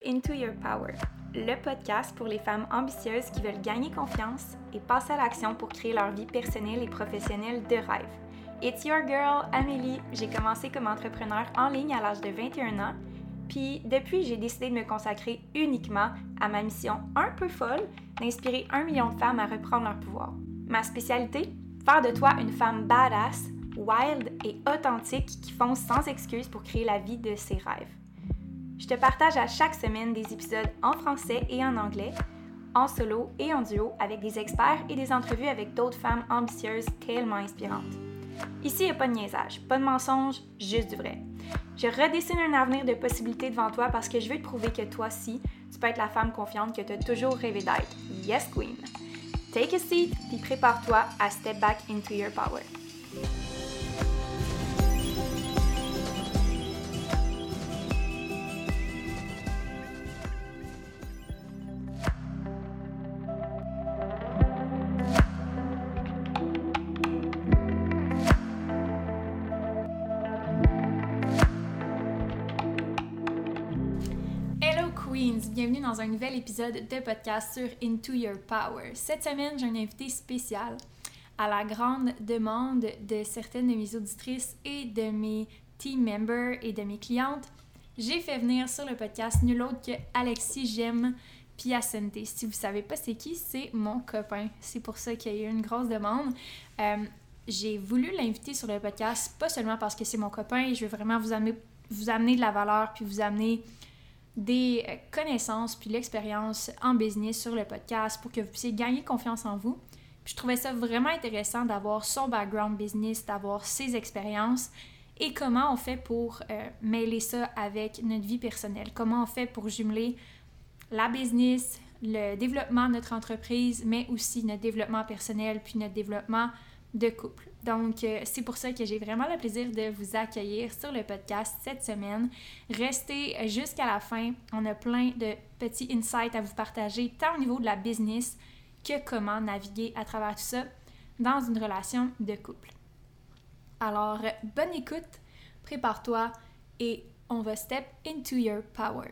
Into Your Power, le podcast pour les femmes ambitieuses qui veulent gagner confiance et passer à l'action pour créer leur vie personnelle et professionnelle de rêve. It's your girl, Amélie. J'ai commencé comme entrepreneur en ligne à l'âge de 21 ans, puis depuis, j'ai décidé de me consacrer uniquement à ma mission un peu folle d'inspirer 1 million de femmes à reprendre leur pouvoir. Ma spécialité? Faire de toi une femme badass, wild et authentique qui fonce sans excuses pour créer la vie de ses rêves. Je te partage à chaque semaine des épisodes en français et en anglais, en solo et en duo avec des experts et des entrevues avec d'autres femmes ambitieuses tellement inspirantes. Ici, il n'y a pas de niaisage, pas de mensonges, juste du vrai. Je redessine un avenir de possibilités devant toi parce que je veux te prouver que toi aussi, tu peux être la femme confiante que tu as toujours rêvé d'être. Yes, queen! Take a seat, puis prépare-toi à step back into your power. Bienvenue dans un nouvel épisode de podcast sur Into Your Power. Cette semaine, j'ai un invité spécial à la grande demande de certaines de mes auditrices et de mes team members et de mes clientes. J'ai fait venir sur le podcast nul autre que Alexis Gemme Piacente. Si vous ne savez pas c'est qui, c'est mon copain. C'est pour ça qu'il y a eu une grosse demande. J'ai voulu l'inviter sur le podcast, pas seulement parce que c'est mon copain, et je veux vraiment vous amener de la valeur puis vous amener des connaissances puis l'expérience en business sur le podcast pour que vous puissiez gagner confiance en vous. Puis je trouvais ça vraiment intéressant d'avoir son background business, d'avoir ses expériences et comment on fait pour mêler ça avec notre vie personnelle. Comment on fait pour jumeler la business, le développement de notre entreprise, mais aussi notre développement personnel puis notre développement de couple. Donc, c'est pour ça que j'ai vraiment le plaisir de vous accueillir sur le podcast cette semaine. Restez jusqu'à la fin. On a plein de petits insights à vous partager, tant au niveau de la business que comment naviguer à travers tout ça dans une relation de couple. Alors, bonne écoute, prépare-toi et on va step into your power.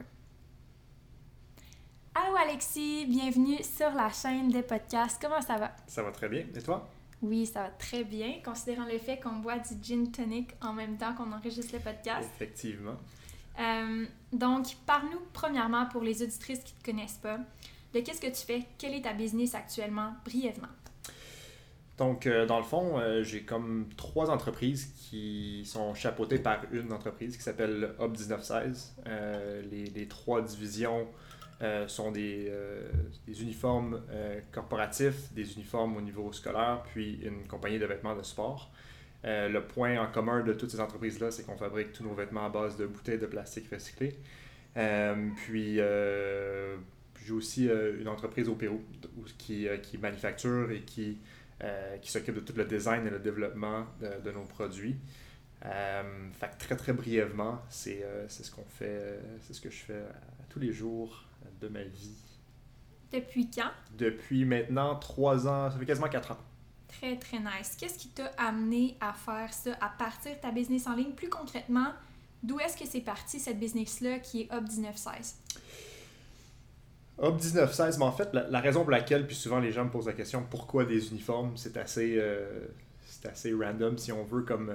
Allô Alexis, bienvenue sur la chaîne de podcast. Comment ça va? Ça va très bien. Et toi? Oui, ça va très bien, considérant le fait qu'on boit du gin tonic en même temps qu'on enregistre le podcast. Effectivement. Donc, parle-nous premièrement, pour les auditrices qui ne te connaissent pas, de qu'est-ce que tu fais, quel est ta business actuellement, brièvement. Donc, dans le fond, j'ai comme 3 entreprises qui sont chapeautées par une entreprise qui s'appelle Hub 1916. Les 3 divisions sont des uniformes corporatifs, des uniformes au niveau scolaire, puis une compagnie de vêtements de sport. Le point en commun de toutes ces entreprises-là, c'est qu'on fabrique tous nos vêtements à base de bouteilles de plastique recyclées. Puis j'ai aussi une entreprise au Pérou qui manufacture et qui s'occupe de tout le design et le développement de nos produits. Fait que très très brièvement, c'est ce qu'on fait, c'est ce que je fais tous les jours de ma vie. Depuis quand? Depuis maintenant 3 ans, ça fait quasiment 4 ans. Très très nice. Qu'est-ce qui t'a amené à faire ça, à partir ta business en ligne? Plus concrètement, d'où est-ce que c'est parti cette business-là qui est Hub 1916? Hub 1916, mais en fait, la raison pour laquelle, puis souvent les gens me posent la question pourquoi des uniformes, c'est assez random si on veut comme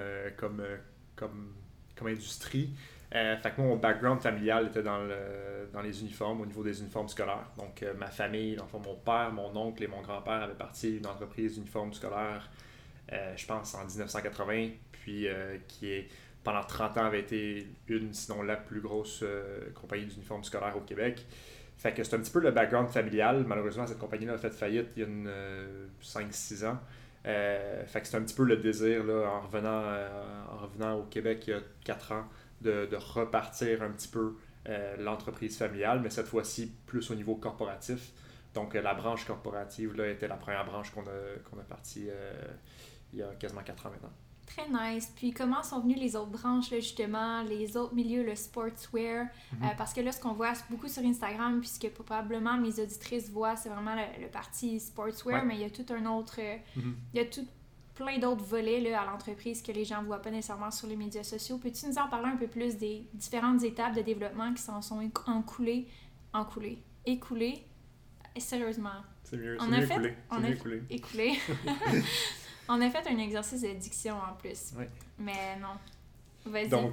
industrie. Fait que moi, mon background familial était dans les uniformes, au niveau des uniformes scolaires. Donc, ma famille, dans le fond, mon père, mon oncle et mon grand-père avaient parti d'une entreprise d'uniformes scolaires, je pense, en 1980, puis qui pendant 30 ans, avait été une, sinon la plus grosse compagnie d'uniformes scolaires au Québec. Fait que c'est un petit peu le background familial. Malheureusement, cette compagnie-là a fait faillite il y a 5-6 ans. Fait que c'est un petit peu le désir, là, en revenant au Québec il y a 4 ans, de repartir un petit peu l'entreprise familiale, mais cette fois-ci plus au niveau corporatif. Donc la branche corporative là, était la première branche qu'on a partie il y a quasiment 4 ans maintenant. Très nice. Puis comment sont venues les autres branches, là, justement, les autres milieux, le sportswear? Parce que là, ce qu'on voit beaucoup sur Instagram, puisque probablement mes auditrices voient, c'est vraiment le parti sportswear, mais il y a tout un autre... Il y a tout plein d'autres volets là, à l'entreprise que les gens ne voient pas nécessairement sur les médias sociaux. Peux-tu nous en parler un peu plus des différentes étapes de développement qui s'en sont encoulées Écoulé. Sérieusement. C'est mieux, On c'est a mieux fait- écoulé. on C'est a mieux fait- écoulé. Écoulé. On a fait un exercice de diction en plus. Oui. Mais non. Vas-y. Donc,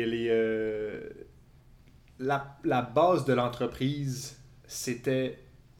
la base de l'entreprise, c'était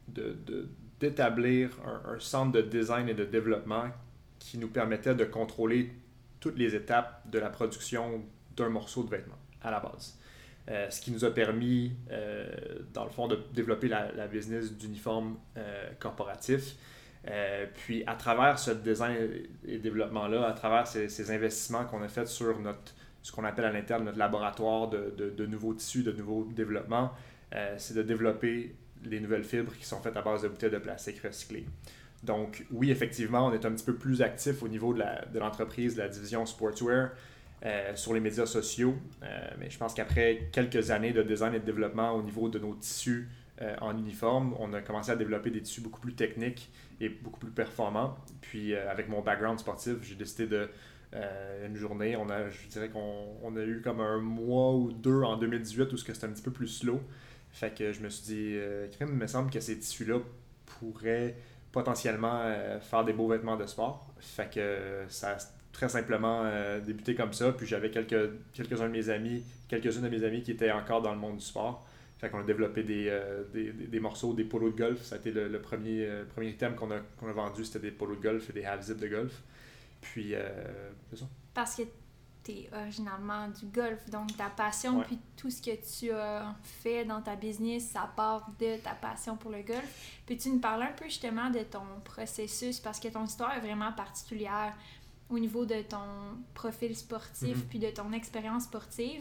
d'établir un centre de design et de développement qui nous permettait de contrôler toutes les étapes de la production d'un morceau de vêtement à la base. Ce qui nous a permis, dans le fond, de développer la business d'uniformes corporatifs. Puis à travers ce design et développement-là, à travers ces investissements qu'on a fait sur ce qu'on appelle à l'interne notre laboratoire de nouveaux tissus, de nouveaux développements, c'est de développer les nouvelles fibres qui sont faites à base de bouteilles de plastique recyclées. Donc oui, effectivement, on est un petit peu plus actif au niveau de l'entreprise, de la division Sportswear, sur les médias sociaux, mais je pense qu'après quelques années de design et de développement au niveau de nos tissus en uniforme, on a commencé à développer des tissus beaucoup plus techniques et beaucoup plus performants. Puis avec mon background sportif, j'ai décidé une journée, je dirais qu'on a eu comme un mois ou deux en 2018 où c'était un petit peu plus slow. Fait que je me suis dit, il me semble que ces tissus-là pourraient potentiellement faire des beaux vêtements de sport. Fait que ça a très simplement débuté comme ça. Puis j'avais quelques-unes de mes amis qui étaient encore dans le monde du sport. Fait qu'on a développé des morceaux, des polos de golf. Ça a été le premier item qu'on a vendu, c'était des polos de golf et des half-zip de golf. Puis, c'est ça. Parce que tu es originalement du golf, donc ta passion, Ouais. puis tout ce que tu as fait dans ta business, ça part de ta passion pour le golf. Peux-tu nous parler un peu justement de ton processus, parce que ton histoire est vraiment particulière au niveau de ton profil sportif, puis de ton expérience sportive.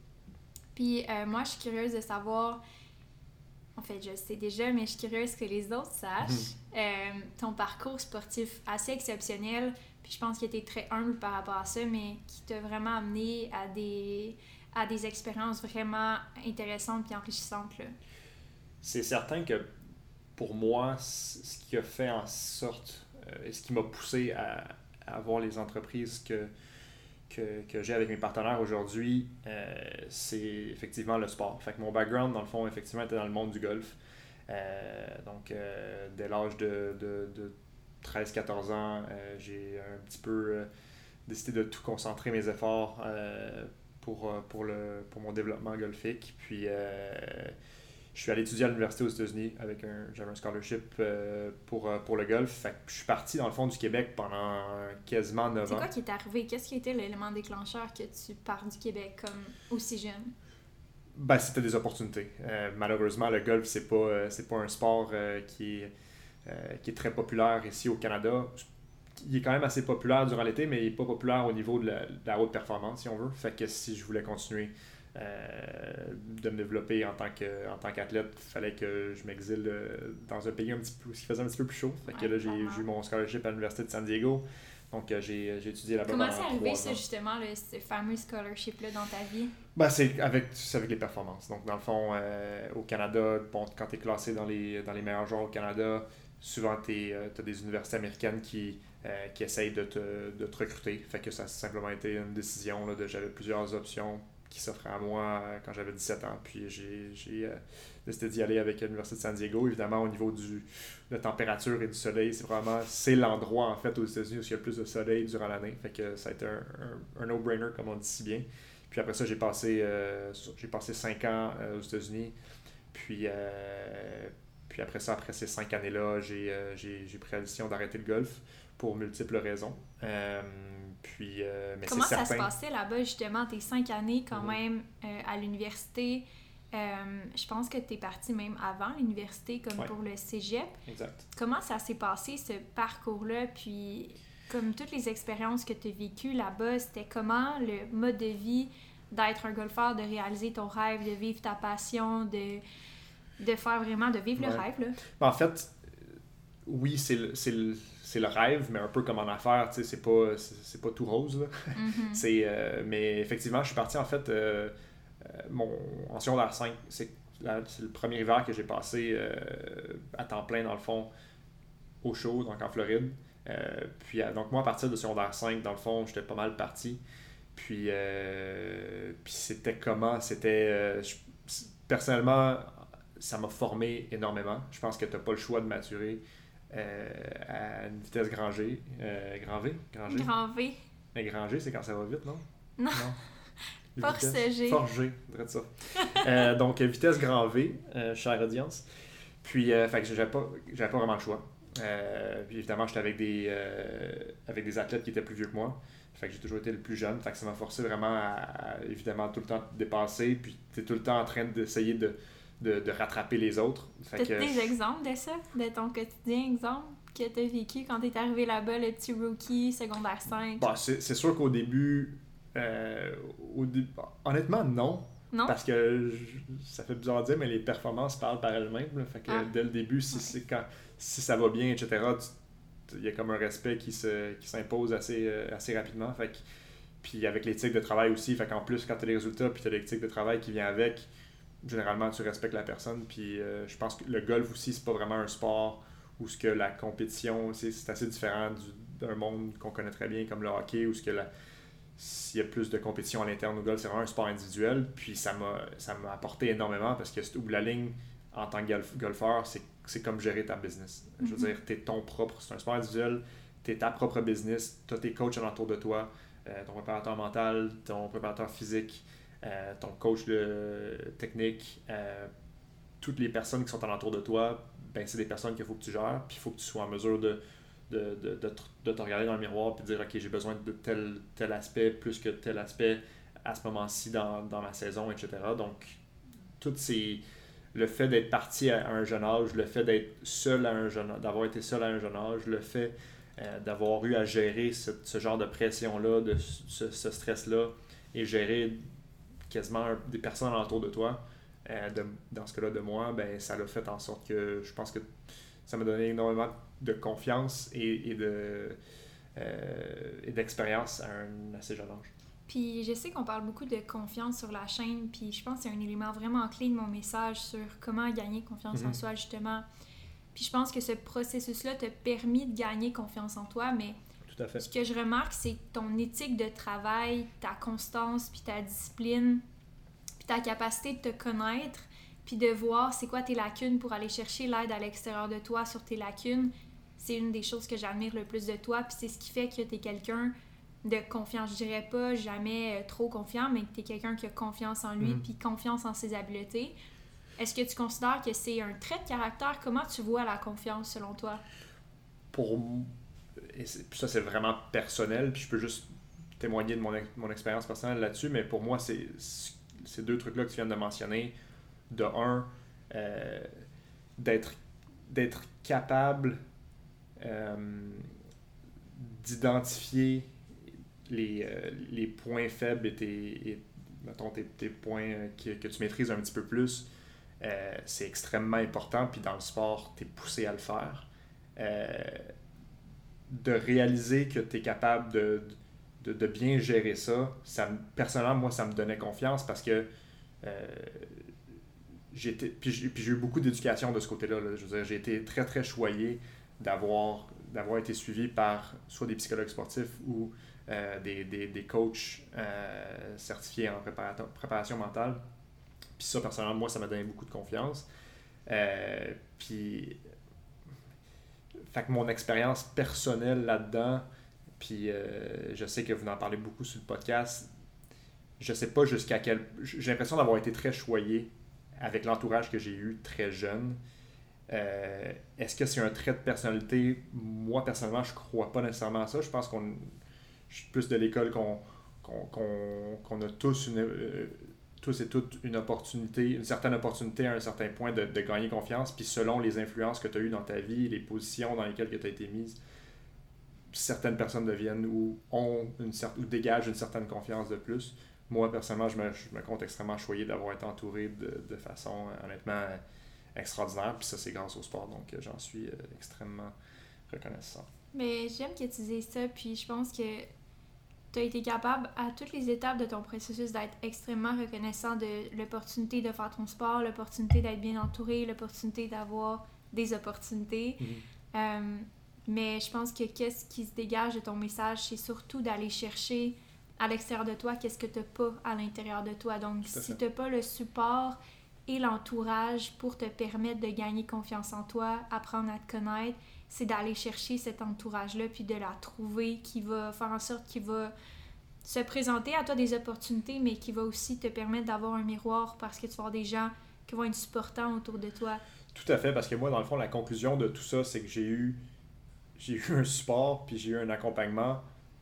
Puis moi, je suis curieuse de savoir, en fait, je le sais déjà, mais je suis curieuse que les autres sachent ton parcours sportif assez exceptionnel. Puis je pense que tu es très humble par rapport à ça, mais qui t'a vraiment amené à des expériences vraiment intéressantes et enrichissantes, là. C'est certain que pour moi, ce qui a fait en sorte, et ce qui m'a poussé à avoir les entreprises que j'ai avec mes partenaires aujourd'hui, c'est effectivement le sport. Fait que mon background, dans le fond, effectivement, était dans le monde du golf. Donc, dès l'âge de 13-14 ans, j'ai un petit peu décidé de tout concentrer mes efforts pour mon développement golfique. Puis, je suis allé étudier à l'université aux États-Unis j'avais un scholarship pour le golf. Fait que je suis parti dans le fond du Québec pendant quasiment 9 ans. C'est quoi qui est arrivé? Qu'est-ce qui était l'élément déclencheur que tu pars du Québec comme aussi jeune? Ben, c'était des opportunités. Malheureusement, le golf, c'est pas un sport qui est très populaire ici au Canada. Il est quand même assez populaire durant l'été, mais il n'est pas populaire au niveau de la haute performance, si on veut. Fait que si je voulais continuer de me développer en tant qu'athlète, il fallait que je m'exile dans un pays qui faisait un petit peu plus chaud. Fait que là, j'ai eu mon scholarship à l'Université de San Diego. Donc, j'ai étudié là-bas Comment pendant c'est arrivé, 3 ça, ans. justement, ce fameux scholarship-là dans ta vie? Ben, c'est avec les performances. Donc, dans le fond, au Canada, bon, quand tu es classé dans les meilleurs joueurs au Canada, souvent tu as des universités américaines qui essayent de te recruter. Fait que ça a simplement été une décision. J'avais plusieurs options qui s'offraient à moi quand j'avais 17 ans. Puis j'ai décidé d'y aller avec l'Université de San Diego. Évidemment, au niveau de la température et du soleil, c'est l'endroit en fait aux États-Unis où il y a le plus de soleil durant l'année. Fait que ça a été un no-brainer, comme on dit si bien. Puis après ça, j'ai passé 5 ans aux États-Unis. Puis après ces 5 années-là, j'ai pris la décision d'arrêter le golf pour multiples raisons. Mais comment c'est ça certain... se passait là-bas, justement, tes 5 années quand même à l'université? Je pense que tu es parti même avant l'université, comme pour le cégep. Exact. Comment ça s'est passé, ce parcours-là? Puis, comme toutes les expériences que tu as vécues là-bas, c'était comment le mode de vie d'être un golfeur, de réaliser ton rêve, de vivre ta passion, de vivre le rêve, là? En fait, oui, c'est le rêve, mais un peu comme en affaires, tu sais, c'est pas tout rose, là. Mm-hmm. Mais effectivement, je suis parti, en fait, en secondaire 5, c'est le premier hiver que j'ai passé à temps plein, dans le fond, au chaud, donc en Floride. Donc moi, à partir de secondaire 5, dans le fond, j'étais pas mal parti. Puis c'était comment? Personnellement, ça m'a formé énormément. Je pense que tu n'as pas le choix de maturer à une vitesse grand G. Grand V? Grand V. Mais grand G, c'est quand ça va vite, non? Non. Force G. Force G, dirais ça. Donc, vitesse grand V, chère audience. Puis, fait que j'avais pas vraiment le choix. Puis évidemment, j'étais avec des athlètes qui étaient plus vieux que moi. Fait que j'ai toujours été le plus jeune. Fait que ça m'a forcé vraiment à évidemment, tout le temps te dépasser. Puis tu es tout le temps en train d'essayer de rattraper les autres. T'as des exemples de ça? De ton quotidien, exemple, que tu as vécu quand tu es arrivé là-bas, le petit rookie, secondaire 5? Bon, c'est sûr qu'au début, honnêtement, non. Non? Parce que ça fait bizarre de dire, mais les performances parlent par elles-mêmes. Là. Fait que dès le début, si ça va bien, etc., il y a comme un respect qui s'impose assez rapidement. Fait que, puis avec l'éthique de travail aussi, fait qu'en plus, quand tu as les résultats puis tu as l'éthique de travail qui vient avec, généralement, tu respectes la personne. Puis je pense que le golf aussi, c'est pas vraiment un sport où ce que la compétition, c'est assez différent d'un monde qu'on connaît très bien, comme le hockey, où ce que s'il y a plus de compétition à l'interne au golf, c'est vraiment un sport individuel. Puis ça m'a apporté énormément parce que au bout de la ligne, en tant que golfeur, c'est comme gérer ta business. Je veux dire, t'es ton propre, c'est un sport individuel, t'es ta propre business, t'as tes coachs alentour de toi, ton préparateur mental, ton préparateur physique, ton coach technique, toutes les personnes qui sont alentour de toi, ben c'est des personnes qu'il faut que tu gères, puis il faut que tu sois en mesure de te regarder dans le miroir et de dire ok, j'ai besoin de tel aspect plus que tel aspect à ce moment-ci dans ma saison, etc. Donc, le fait d'être parti à un jeune âge, le fait d'être seul d'avoir été seul à un jeune âge, le fait d'avoir eu à gérer ce genre de pression-là, de ce stress-là, et gérer quasiment des personnes autour de toi, dans ce cas-là de moi, ben ça l'a fait en sorte que je pense que ça m'a donné énormément de confiance et d'expérience à un assez jeune âge. Puis je sais qu'on parle beaucoup de confiance sur la chaîne, puis je pense que c'est un élément vraiment clé de mon message sur comment gagner confiance en soi, justement. Puis je pense que ce processus-là t'a permis de gagner confiance en toi, mais tout à fait. Ce que je remarque, c'est ton éthique de travail, ta constance, puis ta discipline, puis ta capacité de te connaître, puis de voir c'est quoi tes lacunes pour aller chercher l'aide à l'extérieur de toi sur tes lacunes. C'est une des choses que j'admire le plus de toi, puis c'est ce qui fait que t'es quelqu'un de confiance. Je dirais pas jamais trop confiant, mais que t'es quelqu'un qui a confiance en lui, puis confiance en ses habiletés. Est-ce que tu considères que c'est un trait de caractère? Comment tu vois la confiance selon toi? Ça, c'est vraiment personnel, puis je peux juste témoigner de mon expérience personnelle là-dessus, mais pour moi, c'est ces deux trucs-là que tu viens de mentionner. De un, d'être capable d'identifier les points faibles et mettons, tes points que tu maîtrises un petit peu plus, c'est extrêmement important, puis dans le sport, tu es poussé à le faire. De réaliser que tu es capable de bien gérer ça, personnellement, moi, ça me donnait confiance parce que j'ai eu beaucoup d'éducation de ce côté-là. Là. Je veux dire, j'ai été très, très choyé d'avoir été suivi par soit des psychologues sportifs ou des coachs certifiés en préparation mentale. Puis ça, personnellement, moi, ça m'a donné beaucoup de confiance. Puis fait que mon expérience personnelle là-dedans, puis je sais que vous en parlez beaucoup sur le podcast, je sais pas jusqu'à quel... J'ai l'impression d'avoir été très choyé avec l'entourage que j'ai eu très jeune. Est-ce que c'est un trait de personnalité? Moi, personnellement, je crois pas nécessairement à ça. Je pense je suis plus de l'école qu'on a tous et toutes une certaine opportunité à un certain point de gagner confiance, puis selon les influences que tu as eues dans ta vie, les positions dans lesquelles tu as été mise, certaines personnes deviennent ou dégagent une certaine confiance de plus. Moi, personnellement, je me compte extrêmement choyé d'avoir été entouré de façon honnêtement extraordinaire, puis ça, c'est grâce au sport, donc j'en suis extrêmement reconnaissant. Mais j'aime que tu dises ça, puis je pense que tu as été capable à toutes les étapes de ton processus d'être extrêmement reconnaissant de l'opportunité de faire ton sport, l'opportunité d'être bien entouré, l'opportunité d'avoir des opportunités. Mais je pense que qu'est-ce qui se dégage de ton message, c'est surtout d'aller chercher à l'extérieur de toi qu'est-ce que tu n'as pas à l'intérieur de toi. Donc, si tu n'as pas le support et l'entourage pour te permettre de gagner confiance en toi, apprendre à te connaître, c'est d'aller chercher cet entourage-là puis de la trouver qui va faire en sorte qu'il va se présenter à toi des opportunités, mais qui va aussi te permettre d'avoir un miroir parce que tu vas avoir des gens qui vont être supportants autour de toi. Tout à fait, parce que moi, dans le fond, la conclusion de tout ça, c'est que j'ai eu un support, puis j'ai eu un accompagnement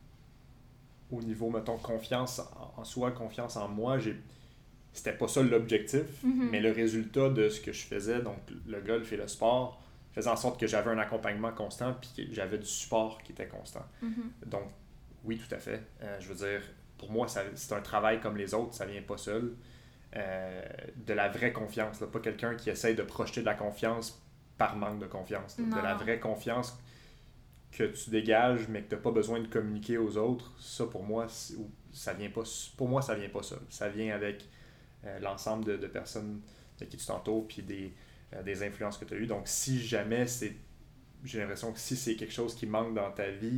au niveau, mettons, confiance en soi, confiance en moi. C'était pas ça l'objectif, mais le résultat de ce que je faisais, donc le golf et le sport, faisait en sorte que j'avais un accompagnement constant, puis que j'avais du support qui était constant. Donc, oui, tout à fait. Je veux dire, pour moi, c'est un travail comme les autres, ça vient pas seul. De la vraie confiance, là, pas quelqu'un qui essaye de projeter de la confiance par manque de confiance. De la vraie confiance que tu dégages, mais que tu n'as pas besoin de communiquer aux autres. Ça, pour moi, ça vient pas seul. Ça vient avec l'ensemble de personnes de qui tu t'entoures, puis des influences que tu as eues. Donc, si jamais j'ai l'impression que si c'est quelque chose qui manque dans ta vie,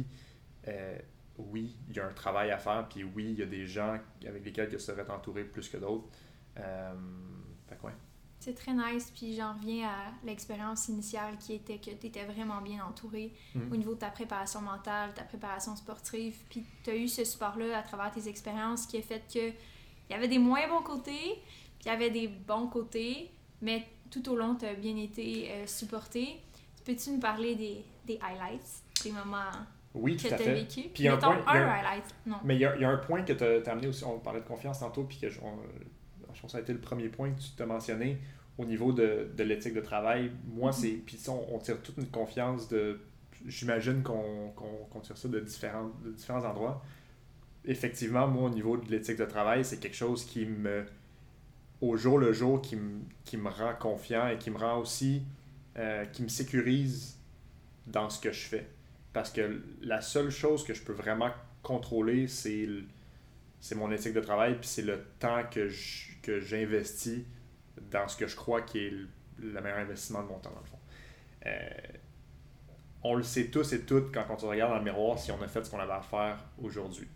oui, il y a un travail à faire, puis oui, il y a des gens avec lesquels tu serais entouré plus que d'autres. Fait que ouais. C'est très nice, puis j'en reviens à l'expérience initiale qui était que tu étais vraiment bien entouré au niveau de ta préparation mentale, ta préparation sportive, puis tu as eu ce support-là à travers tes expériences qui a fait que il y avait des moins bons côtés, puis il y avait des bons côtés, mais tout au long, tu as bien été supporté. Peux-tu nous parler des highlights, des moments oui, que tu as vécu? Puis mettons un highlight. Non. Mais il y a un point que tu as amené aussi, on parlait de confiance tantôt, puis que je pense que ça a été le premier point que tu t'as mentionné au niveau de l'éthique de travail. Moi, c'est... Puis on tire toute une confiance de... J'imagine qu'on tire ça de différents endroits. Effectivement, moi, au niveau de l'éthique de travail, c'est quelque chose qui me... Au jour le jour, qui me rend confiant et qui me rend aussi... qui me sécurise dans ce que je fais. Parce que la seule chose que je peux vraiment contrôler, c'est mon éthique de travail, puis c'est le temps que j'investis dans ce que je crois qui est le meilleur investissement de mon temps, dans le fond. On le sait tous et toutes quand on se regarde dans le miroir si on a fait ce qu'on avait à faire aujourd'hui.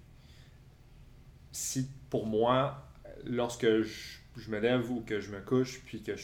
Si, pour moi, lorsque je me lève ou que je me couche, puis que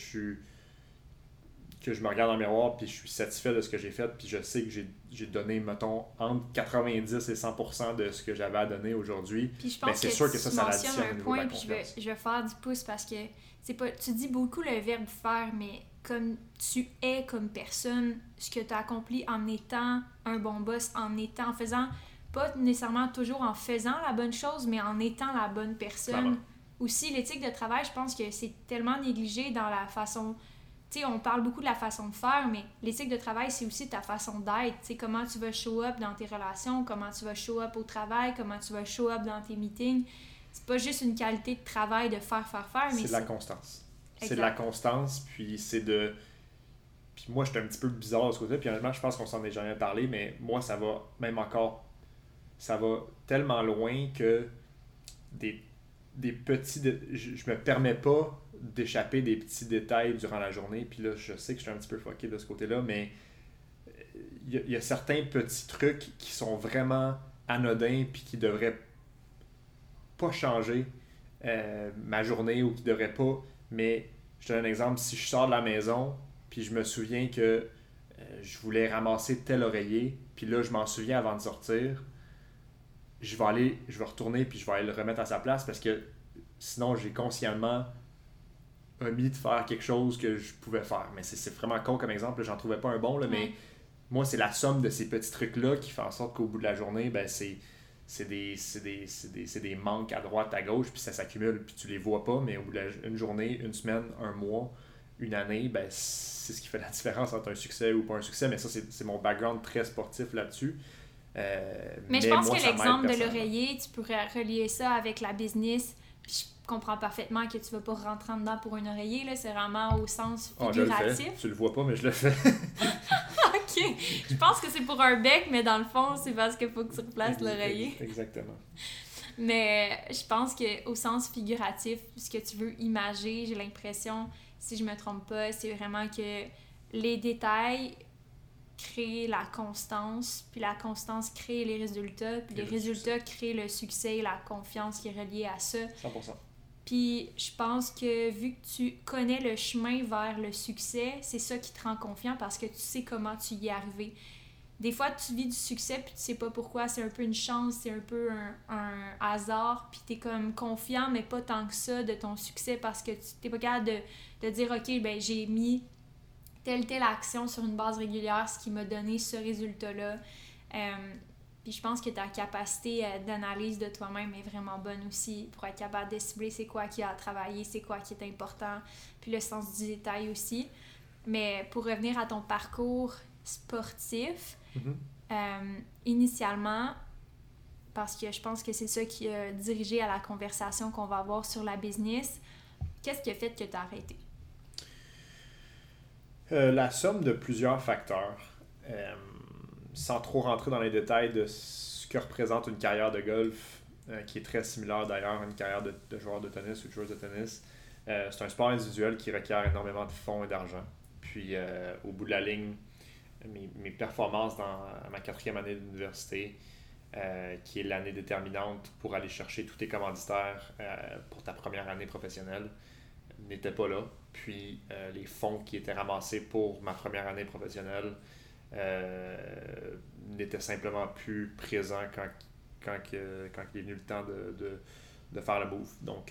je me regarde dans le miroir, puis je suis satisfait de ce que j'ai fait, puis je sais que j'ai donné, mettons, entre 90 et 100% de ce que j'avais à donner aujourd'hui. Puis je pense c'est sûr que ça l'additionne au niveau de la confiance. Puis je vais faire du pouce parce que tu dis beaucoup le verbe faire, mais comme tu es comme personne, ce que tu as accompli en étant un bon boss, en faisant, pas nécessairement toujours en faisant la bonne chose, mais en étant la bonne personne. Clairement. Aussi, l'éthique de travail, je pense que c'est tellement négligé dans la façon... Tu sais, on parle beaucoup de la façon de faire, mais l'éthique de travail, c'est aussi ta façon d'être. Tu sais, comment tu vas show up dans tes relations, comment tu vas show up au travail, comment tu vas show up dans tes meetings. C'est pas juste une qualité de travail de faire, mais c'est de la constance. Exact. C'est de la constance, puis c'est de... Puis moi, j'étais un petit peu bizarre de ce côté, puis honnêtement, je pense qu'on s'en est jamais parlé, mais moi, ça va même encore... Ça va tellement loin que des petits... Je me permets pas d'échapper des petits détails durant la journée, puis là, je sais que je suis un petit peu fucké de ce côté-là, mais il y a certains petits trucs qui sont vraiment anodins, puis qui devraient pas changer ma journée, ou qui devraient pas... Mais je te donne un exemple, si je sors de la maison, puis je me souviens que je voulais ramasser tel oreiller, puis là, je m'en souviens avant de sortir, je vais retourner, puis je vais aller le remettre à sa place, parce que sinon, j'ai consciemment omis de faire quelque chose que je pouvais faire. Mais c'est vraiment con comme exemple, j'en trouvais pas un bon, là, mais moi, c'est la somme de ces petits trucs-là qui fait en sorte qu'au bout de la journée, ben, c'est des manques à droite, à gauche, puis ça s'accumule, puis tu les vois pas, mais au bout d'une journée, une semaine, un mois, une année, ben, c'est ce qui fait la différence entre un succès ou pas un succès. Mais ça, c'est mon background très sportif là-dessus. Mais je pense que l'exemple de l'oreiller, tu pourrais relier ça avec la business. Je comprends parfaitement que tu vas pas rentrer dedans pour un oreiller, là, c'est vraiment au sens figuratif. Je le fais. Tu le vois pas, mais je le fais. Ok, je pense que c'est pour un bec, mais dans le fond, c'est parce qu'il faut que tu replaces l'oreiller. Exactement. Mais je pense qu'au sens figuratif, ce que tu veux imager, j'ai l'impression, si je me trompe pas, c'est vraiment que les détails créent la constance, puis la constance crée les résultats, puis les résultats créent le succès et la confiance qui est reliée à ça. 100%. Puis je pense que vu que tu connais le chemin vers le succès, c'est ça qui te rend confiant parce que tu sais comment tu y es arrivé. Des fois, tu vis du succès puis tu sais pas pourquoi, c'est un peu une chance, c'est un peu un hasard, puis t'es comme confiant, mais pas tant que ça de ton succès parce que tu t'es pas capable de dire « Ok, ben j'ai mis telle action sur une base régulière, ce qui m'a donné ce résultat-là. » Puis je pense que ta capacité d'analyse de toi-même est vraiment bonne aussi pour être capable de cibler c'est quoi qui a à travailler, c'est quoi qui est important, puis le sens du détail aussi. Mais pour revenir à ton parcours sportif, initialement, parce que je pense que c'est ça qui a dirigé à la conversation qu'on va avoir sur la business, qu'est-ce qui a fait que tu as arrêté? La somme de plusieurs facteurs. Sans trop rentrer dans les détails de ce que représente une carrière de golf, qui est très similaire d'ailleurs à une carrière de joueur de tennis ou de joueuse de tennis. C'est un sport individuel qui requiert énormément de fonds et d'argent. Puis au bout de la ligne, mes performances à ma 4e année d'université, qui est l'année déterminante pour aller chercher tous tes commanditaires pour ta première année professionnelle, n'étaient pas là. Puis les fonds qui étaient ramassés pour ma première année professionnelle n'était simplement plus présent quand il est venu le temps de faire le move. Donc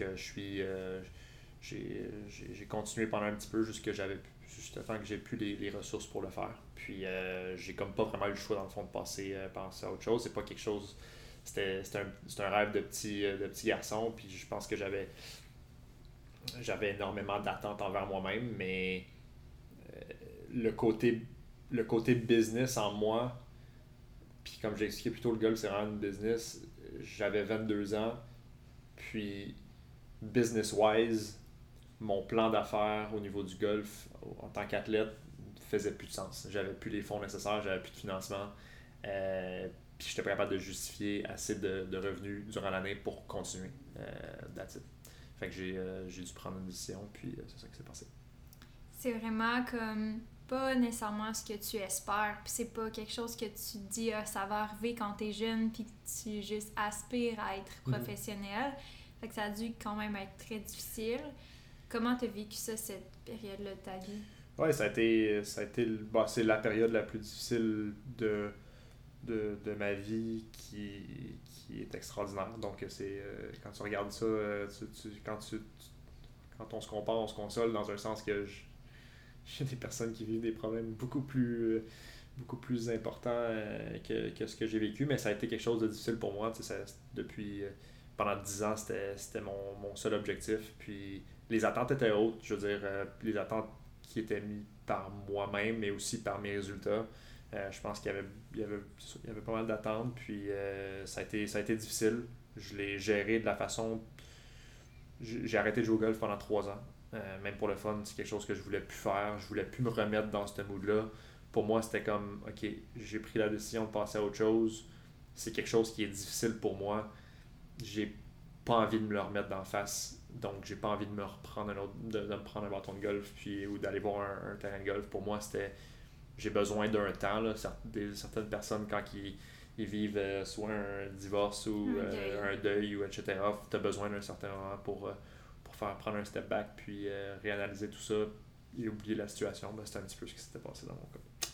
j'ai continué pendant un petit peu jusqu'à temps que j'ai plus les ressources pour le faire. Puis j'ai comme pas vraiment eu le choix dans le fond de passer à autre chose. C'est pas quelque chose. C'était un rêve de petit garçon. Puis je pense que j'avais énormément d'attentes envers moi-même, mais le côté business en moi, puis comme j'ai expliqué plus tôt, le golf c'est vraiment une business. J'avais 22 ans, puis business-wise, mon plan d'affaires au niveau du golf en tant qu'athlète faisait plus de sens. J'avais plus les fonds nécessaires, j'avais plus de financement, puis j'étais pas capable de justifier assez de revenus durant l'année pour continuer. That's it. Fait que j'ai dû prendre une décision, puis c'est ça qui s'est passé. C'est vraiment comme pas nécessairement ce que tu espères, puis c'est pas quelque chose que tu te dis ça va arriver quand t'es jeune, puis que tu juste aspires à être professionnel. Fait que ça a dû quand même être très difficile. Comment t'as vécu ça, cette période-là de ta vie? Ouais, ça a été c'est la période la plus difficile de ma vie qui est extraordinaire. Donc c'est quand tu regardes ça, quand on se compare, on se console dans un sens que j'ai des personnes qui vivent des problèmes beaucoup plus importants que ce que j'ai vécu, mais ça a été quelque chose de difficile pour moi. Depuis pendant 10 ans, c'était mon seul objectif. Puis les attentes étaient hautes, je veux dire, les attentes qui étaient mises par moi-même, mais aussi par mes résultats. Je pense qu'il y avait pas mal d'attentes, puis ça a été difficile. Je l'ai géré de la façon... J'ai arrêté de jouer au golf pendant 3 ans. Même pour le fun, c'est quelque chose que je voulais plus faire. Je voulais plus me remettre dans ce mood-là. Pour moi, c'était comme, ok, j'ai pris la décision de passer à autre chose. C'est quelque chose qui est difficile pour moi. J'ai pas envie de me le remettre d'en face. Donc, j'ai pas envie de me reprendre de me prendre un bâton de golf ou d'aller voir un terrain de golf. Pour moi, c'était... J'ai besoin d'un temps. Là. Certaines personnes, quand ils vivent soit un divorce ou un deuil, ou etc., tu as besoin d'un certain moment pour prendre un step back, puis réanalyser tout ça et oublier la situation. Ben, c'était un petit peu ce qui s'était passé dans mon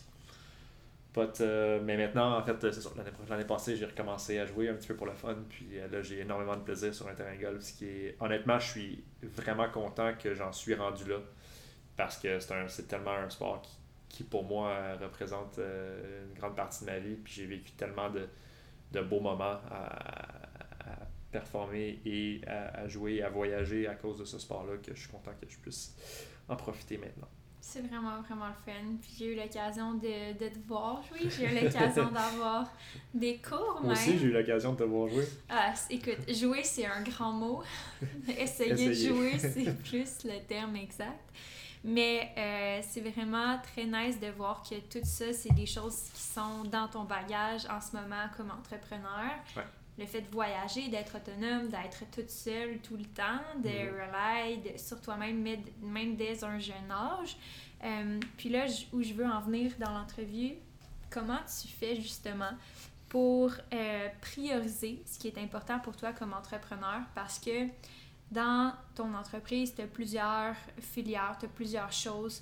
cas. Mais maintenant, en fait, c'est ça. L'année passée, j'ai recommencé à jouer un petit peu pour le fun, puis là, j'ai énormément de plaisir sur un terrain de golf. Honnêtement, je suis vraiment content que j'en suis rendu là, parce que c'est tellement un sport qui pour moi représente une grande partie de ma vie, puis j'ai vécu tellement de beaux moments à performer et à jouer et à voyager à cause de ce sport-là que je suis content que je puisse en profiter maintenant. C'est vraiment, vraiment le fun. Puis j'ai eu l'occasion de te voir jouer. J'ai eu l'occasion d'avoir des cours même. Moi aussi, j'ai eu l'occasion de te voir jouer. Écoute, jouer, c'est un grand mot. Essayer de jouer, c'est plus le terme exact. Mais c'est vraiment très nice de voir que tout ça, c'est des choses qui sont dans ton bagage en ce moment comme entrepreneur. Ouais. Le fait de voyager, d'être autonome, d'être toute seule tout le temps, de rely sur toi-même, même dès un jeune âge. Puis là, où je veux en venir dans l'entrevue, comment tu fais justement pour prioriser ce qui est important pour toi comme entrepreneur? Parce que dans ton entreprise, tu as plusieurs filières, tu as plusieurs choses.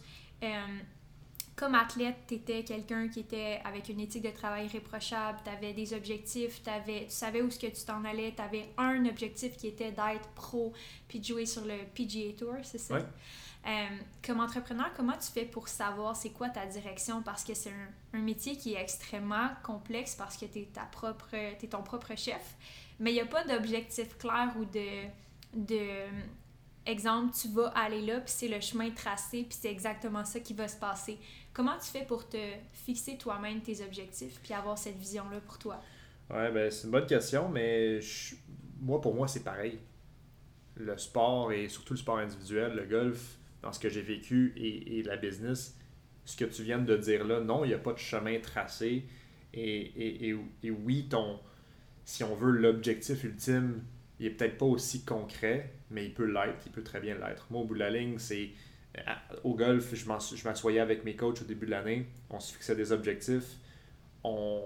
Comme athlète, tu étais quelqu'un qui était avec une éthique de travail irréprochable, tu avais des objectifs, tu savais où est-ce que tu t'en allais, tu avais un objectif qui était d'être pro puis de jouer sur le PGA Tour, c'est ça? Ouais. Comme entrepreneur, comment tu fais pour savoir c'est quoi ta direction? Parce que c'est un métier qui est extrêmement complexe parce que t'es ton propre chef, mais il n'y a pas d'objectif clair ou de exemple, tu vas aller là, puis c'est le chemin tracé, puis c'est exactement ça qui va se passer. Comment tu fais pour te fixer toi-même tes objectifs, puis avoir cette vision-là pour toi? Ouais, ben c'est une bonne question, mais pour moi, c'est pareil. Le sport, et surtout le sport individuel, le golf, dans ce que j'ai vécu, et la business, ce que tu viens de dire là, non, il n'y a pas de chemin tracé. Et oui, si on veut, l'objectif ultime, il n'est peut-être pas aussi concret, mais il peut l'être, il peut très bien l'être. Moi, au bout de la ligne, au golf, je m'assoyais avec mes coachs au début de l'année, on se fixait des objectifs, on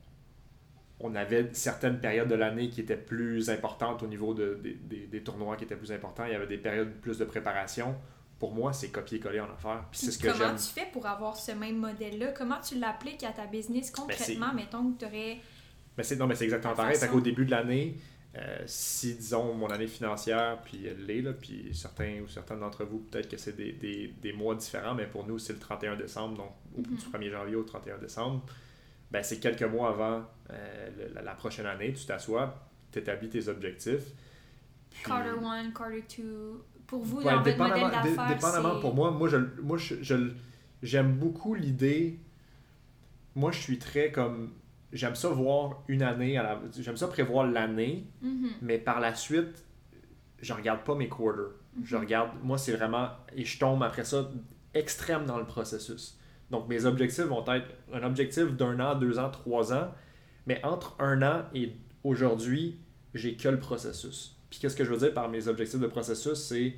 avait certaines périodes de l'année qui étaient plus importantes au niveau des tournois qui étaient plus importants, il y avait des périodes plus de préparation. Pour moi, c'est copier-coller en affaires. Puis c'est ce que Comment j'aime. tu fais pour avoir ce même modèle-là? Comment tu l'appliques à ta business concrètement? Mettons que tu aurais... C'est exactement pareil. Fait qu'au début de l'année, si, disons, mon année financière, puis elle l'est, là, puis certains ou certaines d'entre vous, peut-être que c'est des mois différents, mais pour nous, c'est le 31 décembre, donc du 1er janvier au 31 décembre, ben, c'est quelques mois avant la prochaine année, tu t'assois, tu établis tes objectifs. Puis... Quarter 1, quarter 2... Pour vous, dans votre modèle d'affaires, dépendamment c'est... pour moi, j'aime beaucoup l'idée. Moi, je suis très comme... J'aime ça voir une année, j'aime ça prévoir l'année, mais par la suite, je regarde pas mes quarters. Je regarde, moi, c'est vraiment... Et je tombe après ça extrême dans le processus. Donc, mes objectifs vont être un objectif d'1 an, 2 ans, 3 ans, mais entre 1 an et aujourd'hui, j'ai que le processus. Puis qu'est-ce que je veux dire par mes objectifs de processus, c'est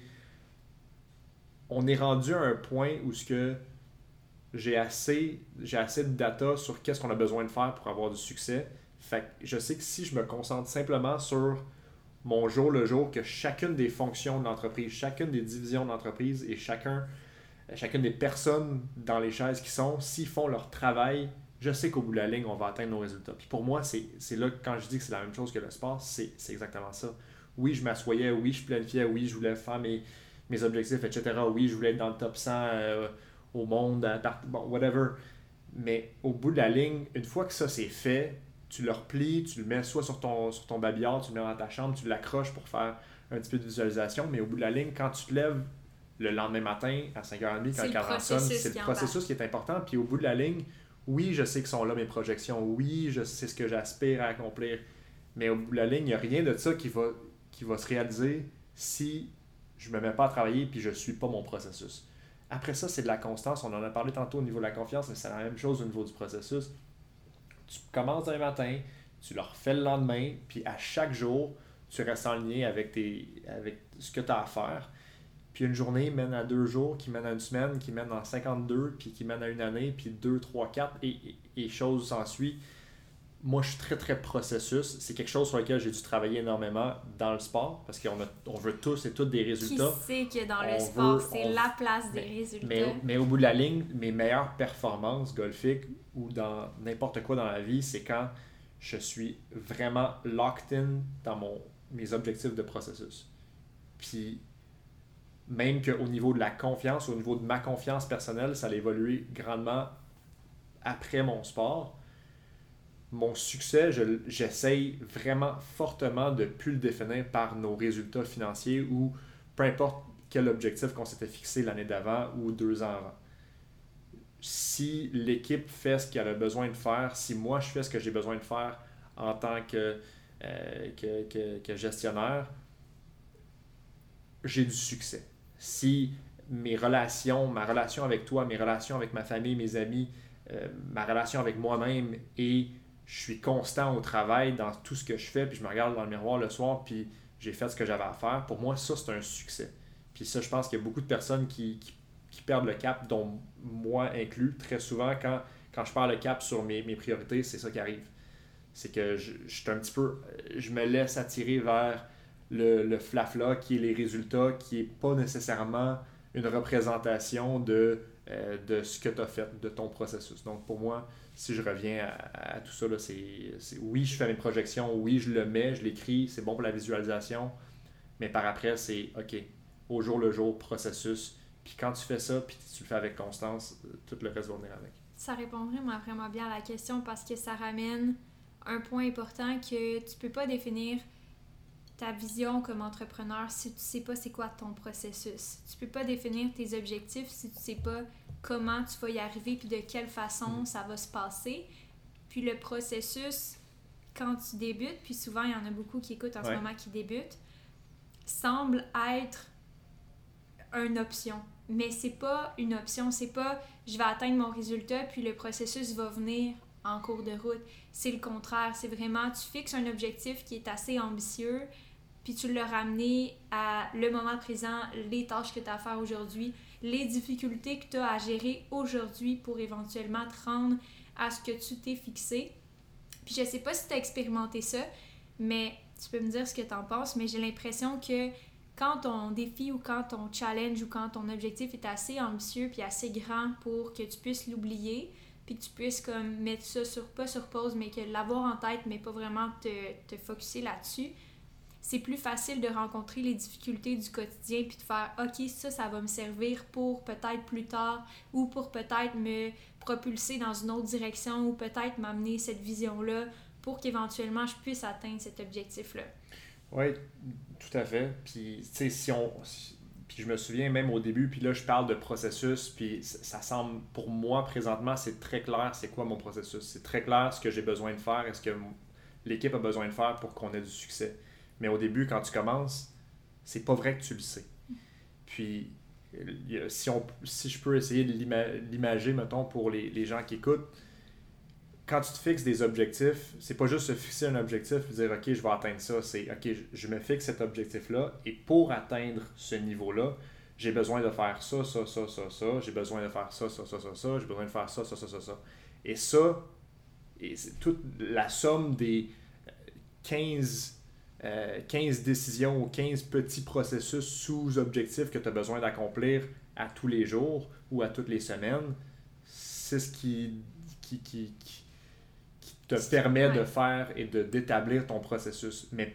on est rendu à un point où j'ai assez de data sur qu'est-ce qu'on a besoin de faire pour avoir du succès. Fait que je sais que si je me concentre simplement sur mon jour le jour, que chacune des fonctions de l'entreprise, chacune des divisions de l'entreprise et chacune des personnes dans les chaises qui sont, s'ils font leur travail, je sais qu'au bout de la ligne, on va atteindre nos résultats. Puis pour moi, c'est là, quand je dis que c'est la même chose que le sport, c'est exactement ça. Oui, je m'assoyais, oui, je planifiais, oui, je voulais faire mes objectifs, etc. Oui, je voulais être dans le top 100 au monde, bon, whatever. Mais au bout de la ligne, une fois que ça c'est fait, tu le replies, tu le mets soit sur ton babillard, tu le mets dans ta chambre, tu l'accroches pour faire un petit peu de visualisation, mais au bout de la ligne, quand tu te lèves le lendemain matin à 5h30, quand le cadran sonne, c'est le processus qui est important. Puis au bout de la ligne, oui, je sais que sont là mes projections, oui, je sais ce que j'aspire à accomplir, mais au bout de la ligne, il n'y a rien de ça qui va se réaliser si je ne me mets pas à travailler et je ne suis pas mon processus. Après ça, c'est de la constance. On en a parlé tantôt au niveau de la confiance, mais c'est la même chose au niveau du processus. Tu commences un matin, tu le refais le lendemain, puis à chaque jour, tu restes en lien avec ce que tu as à faire. Puis une journée mène à 2 jours, qui mène à une semaine, qui mène à 52, puis qui mène à une année, puis 2, 3, 4, et choses s'ensuivent. Moi, je suis très, très processus. C'est quelque chose sur lequel j'ai dû travailler énormément dans le sport, parce qu'on veut tous et toutes des résultats. Qui sait que dans le sport, c'est la place des résultats? Mais au bout de la ligne, mes meilleures performances golfiques ou dans n'importe quoi dans la vie, c'est quand je suis vraiment locked in dans mes objectifs de processus. Puis, même qu'au niveau de la confiance, au niveau de ma confiance personnelle, ça a évolué grandement après mon sport. Mon succès, j'essaye vraiment fortement de ne plus le définir par nos résultats financiers ou peu importe quel objectif qu'on s'était fixé l'année d'avant ou 2 ans avant. Si l'équipe fait ce qu'elle a besoin de faire, si moi je fais ce que j'ai besoin de faire en tant que gestionnaire, j'ai du succès. Si ma relation avec toi, mes relations avec ma famille, mes amis, ma relation avec moi-même et je suis constant au travail dans tout ce que je fais, puis je me regarde dans le miroir le soir, puis j'ai fait ce que j'avais à faire. Pour moi, ça, c'est un succès. Puis ça, je pense qu'il y a beaucoup de personnes qui perdent le cap, dont moi inclus. Très souvent, quand je perds le cap sur mes priorités, c'est ça qui arrive. C'est que je me laisse attirer vers le flafla, qui est les résultats, qui n'est pas nécessairement une représentation de ce que tu as fait, de ton processus. Donc pour moi, si je reviens à tout ça, là, c'est oui, je fais mes projections, oui, je le mets, je l'écris, c'est bon pour la visualisation, mais par après, c'est OK, au jour le jour, processus, puis quand tu fais ça, puis tu le fais avec constance, tout le reste va venir avec. Ça répond vraiment bien à la question parce que ça ramène un point important que tu peux pas définir ta vision comme entrepreneur si tu sais pas c'est quoi ton processus. Tu peux pas définir tes objectifs si tu sais pas comment tu vas y arriver puis de quelle façon ça va se passer. Puis le processus, quand tu débutes, puis souvent il y en a beaucoup qui écoutent en ce moment qui débutent, semble être une option. Mais c'est pas une option, c'est pas je vais atteindre mon résultat puis le processus va venir en cours de route. C'est le contraire, c'est vraiment tu fixes un objectif qui est assez ambitieux puis tu l'as ramené à le moment présent, les tâches que tu as à faire aujourd'hui, les difficultés que tu as à gérer aujourd'hui pour éventuellement te rendre à ce que tu t'es fixé. Puis je sais pas si tu as expérimenté ça, mais tu peux me dire ce que tu en penses, mais j'ai l'impression que quand ton défi ou quand ton challenge ou quand ton objectif est assez ambitieux puis assez grand pour que tu puisses l'oublier puis que tu puisses comme mettre ça pas sur pause, mais que l'avoir en tête, mais pas vraiment te focusser là-dessus, c'est plus facile de rencontrer les difficultés du quotidien puis de faire « Ok, ça va me servir pour peut-être plus tard ou pour peut-être me propulser dans une autre direction ou peut-être m'amener cette vision-là pour qu'éventuellement je puisse atteindre cet objectif-là. » Oui, tout à fait. Puis, tu sais, puis je me souviens même au début, puis là, je parle de processus, puis ça semble, pour moi, présentement, c'est très clair c'est quoi mon processus. C'est très clair ce que j'ai besoin de faire et ce que l'équipe a besoin de faire pour qu'on ait du succès. Mais au début, quand tu commences, c'est pas vrai que tu le sais. Puis, si je peux essayer de l'imager, mettons, pour les gens qui écoutent, quand tu te fixes des objectifs, c'est pas juste se fixer un objectif et dire « Ok, je vais atteindre ça », c'est « Ok, je me fixe cet objectif-là et pour atteindre ce niveau-là, j'ai besoin de faire ça, ça, ça, ça, ça, j'ai besoin de faire ça, ça, ça, ça, ça, j'ai besoin de faire ça, ça, ça, ça, ça. » Et ça, c'est toute la somme des 15 décisions ou 15 petits processus sous-objectifs que tu as besoin d'accomplir à tous les jours ou à toutes les semaines, c'est ce qui te permet de faire et d'établir ton processus. Mais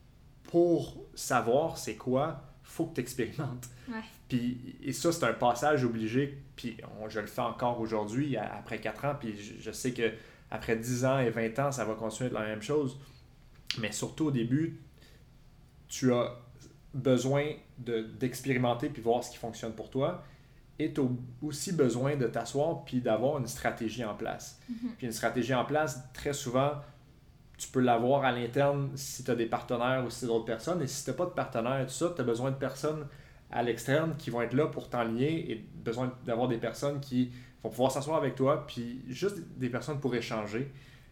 pour savoir c'est quoi, il faut que tu expérimentes. Puis, et ça, c'est un passage obligé. Puis je le fais encore aujourd'hui, après 4 ans. Puis je sais qu'après 10 ans et 20 ans, ça va continuer d'être la même chose. Mais surtout au début, tu as besoin d'expérimenter puis voir ce qui fonctionne pour toi. Et tu as aussi besoin de t'asseoir puis d'avoir une stratégie en place. Puis une stratégie en place, très souvent, tu peux l'avoir à l'interne si tu as des partenaires ou si c'est d'autres personnes. Et si tu n'as pas de partenaires et tout ça, tu as besoin de personnes à l'externe qui vont être là pour t'enligner et besoin d'avoir des personnes qui vont pouvoir s'asseoir avec toi puis juste des personnes pour échanger.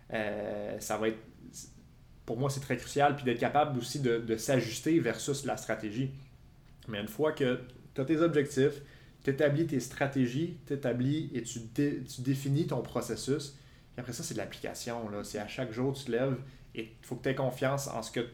Ça va être, pour moi, c'est très crucial. Puis d'être capable aussi de s'ajuster versus la stratégie. Mais une fois que tu as tes objectifs, tu établis tes stratégies, et tu définis ton processus. Puis après ça, c'est de l'application. Là. C'est à chaque jour, tu te lèves et il faut que tu aies confiance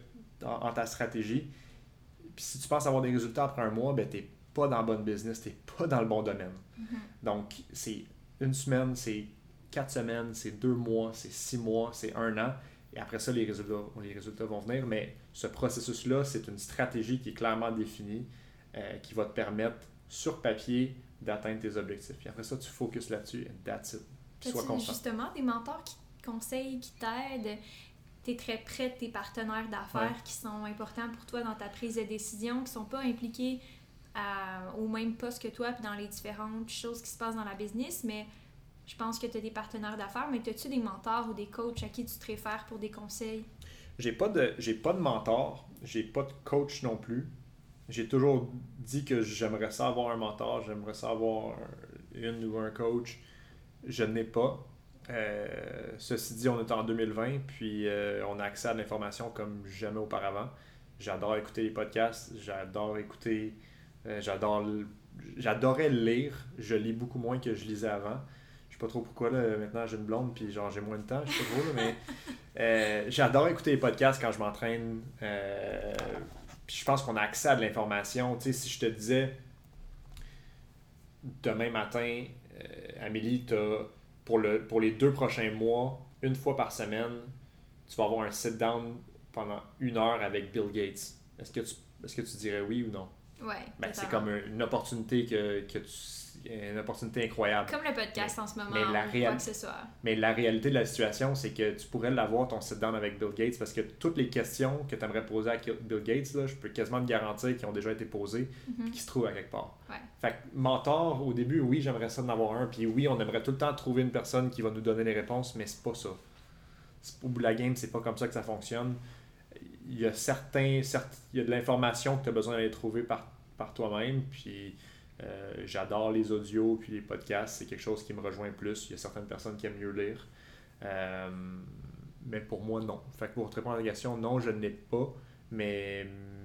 en ta stratégie. Puis si tu penses avoir des résultats après un mois, ben, tu n'es pas dans le bon business, tu n'es pas dans le bon domaine. Donc, c'est 1 semaine, c'est 4 semaines, c'est 2 mois, c'est 6 mois, c'est 1 an. Et après ça, les résultats vont venir. Mais ce processus-là, c'est une stratégie qui est clairement définie, qui va te permettre sur papier d'atteindre tes objectifs. Puis après ça, tu focuses là-dessus et that's it. Puis sois constant. Justement des mentors qui te conseillent, qui t'aident? Tu es très près de tes partenaires d'affaires qui sont importants pour toi dans ta prise de décision, qui ne sont pas impliqués au même poste que toi puis dans les différentes choses qui se passent dans la business, mais je pense que tu as des partenaires d'affaires, mais as-tu des mentors ou des coachs à qui tu te réfères pour des conseils? J'ai pas de mentor, j'ai pas de coach non plus. J'ai toujours dit que j'aimerais ça avoir un mentor, j'aimerais ça avoir une ou un coach. Je n'ai pas. Ceci dit, on est en 2020, puis on a accès à de l'information comme jamais auparavant. J'adore écouter les podcasts, j'adorais lire. Je lis beaucoup moins que je lisais avant. Je sais pas trop pourquoi, là, maintenant j'ai une blonde, puis genre j'ai moins de temps, je sais pas trop, là, mais j'adore écouter les podcasts quand je m'entraîne. Puis je pense qu'on a accès à de l'information. Tu sais, si je te disais, demain matin, Amélie, pour les 2 prochains mois, une fois par semaine, tu vas avoir un sit-down pendant 1 heure avec Bill Gates. Est-ce que tu dirais oui ou non? Ouais. C'est comme une opportunité une opportunité incroyable. Comme le podcast en ce moment, quoi que ce soit. Mais la réalité de la situation, c'est que tu pourrais l'avoir, ton sit-down avec Bill Gates, parce que toutes les questions que tu aimerais poser à Bill Gates, là, je peux quasiment te garantir qu'ils ont déjà été posées et qui se trouvent à quelque part. Ouais. Fait que mentor, au début, oui, j'aimerais ça d'en avoir un, puis oui, on aimerait tout le temps trouver une personne qui va nous donner les réponses, mais c'est pas ça. Au bout de la game, c'est pas comme ça que ça fonctionne. Il y a il y a de l'information que tu as besoin d'aller trouver par toi-même, puis j'adore les audios puis les podcasts, c'est quelque chose qui me rejoint plus. Il y a certaines personnes qui aiment mieux lire. Mais pour moi, non. Fait que pour te répondre à la question, non, je ne l'ai pas, mais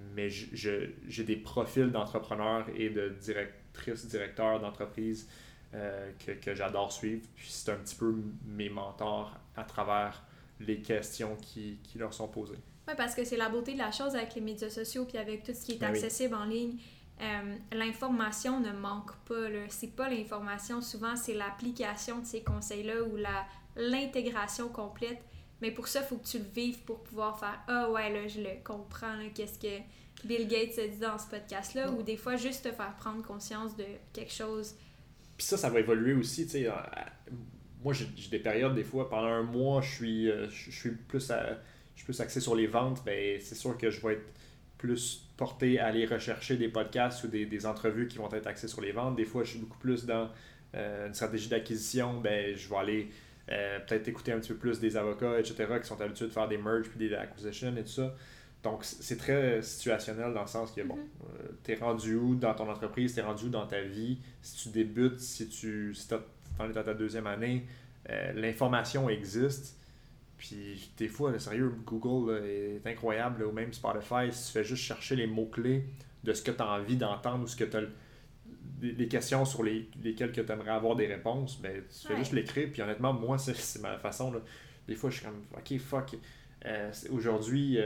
j'ai des profils d'entrepreneurs et de directeurs d'entreprise que j'adore suivre. Puis c'est un petit peu mes mentors à travers les questions qui leur sont posées. Oui, parce que c'est la beauté de la chose avec les médias sociaux puis avec tout ce qui est accessible en ligne. L'information ne manque pas. Là. C'est pas l'information, souvent c'est l'application de ces conseils-là ou l'intégration complète. Mais pour ça, il faut que tu le vives pour pouvoir faire « Ah ouais, là, je le comprends, là, qu'est-ce que Bill Gates a dit dans ce podcast-là. » Ou des fois, juste te faire prendre conscience de quelque chose. Puis ça va évoluer aussi, tu sais. Moi, j'ai des périodes, des fois, pendant un mois, je suis plus axé sur les ventes. Ben, c'est sûr que je vais être plus porté à aller rechercher des podcasts ou des entrevues qui vont être axées sur les ventes. Des fois, je suis beaucoup plus dans une stratégie d'acquisition. Ben, je vais aller peut-être écouter un petit peu plus des avocats, etc., qui sont habitués de faire des merges puis des acquisitions et tout ça. Donc, c'est très situationnel dans le sens que, bon, t'es rendu où dans ton entreprise, t'es rendu où dans ta vie, si tu débutes, si t'en es à ta 2e année, l'information existe. Puis des fois, le sérieux, Google là, est incroyable, là, ou même Spotify, si tu fais juste chercher les mots-clés de ce que tu as envie d'entendre ou ce que tu as les questions sur lesquelles tu aimerais avoir des réponses, ben, tu fais juste l'écrire. Puis honnêtement, moi, c'est ma façon. Là. Des fois, je suis comme, OK, fuck. Aujourd'hui,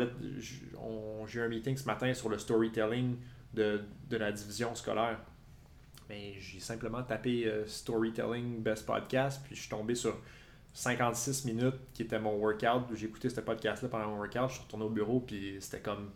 j'ai eu un meeting ce matin sur le storytelling de la division scolaire. Mais j'ai simplement tapé Storytelling Best Podcast, puis je suis tombé sur 56 minutes qui était mon workout. J'ai écouté ce podcast-là pendant mon workout. Je suis retourné au bureau, puis c'était comme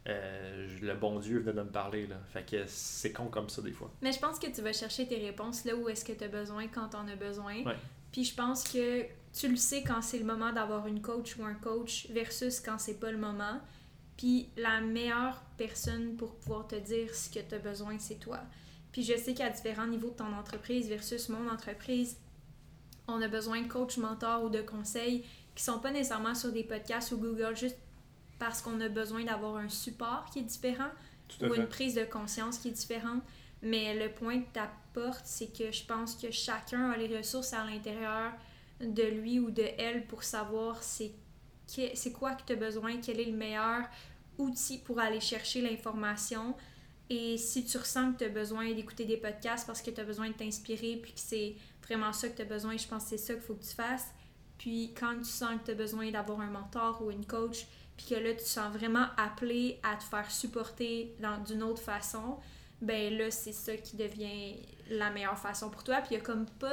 le bon Dieu venait de me parler. Là. Fait que c'est con comme ça des fois. Mais je pense que tu vas chercher tes réponses là où est-ce que tu as besoin quand tu en as besoin. Ouais. Puis je pense que tu le sais quand c'est le moment d'avoir une coach ou un coach versus quand c'est pas le moment. Puis la meilleure personne pour pouvoir te dire ce que tu as besoin, c'est toi. Puis je sais qu'à différents niveaux de ton entreprise versus mon entreprise, on a besoin de coach, mentor ou de conseils qui sont pas nécessairement sur des podcasts ou Google juste parce qu'on a besoin d'avoir un support qui est différent ou une prise de conscience qui est différente. Mais le point que tu apportes, c'est que je pense que chacun a les ressources à l'intérieur de lui ou de elle pour savoir c'est quoi que tu as besoin, quel est le meilleur outil pour aller chercher l'information. Et si tu ressens que tu as besoin d'écouter des podcasts parce que tu as besoin de t'inspirer puis que c'est vraiment ça que tu as besoin, je pense que c'est ça qu'il faut que tu fasses. Puis quand tu sens que tu as besoin d'avoir un mentor ou une coach puis que là, tu te sens vraiment appelé à te faire supporter d'une autre façon, ben là, c'est ça qui devient la meilleure façon pour toi. Puis il n'y a comme pas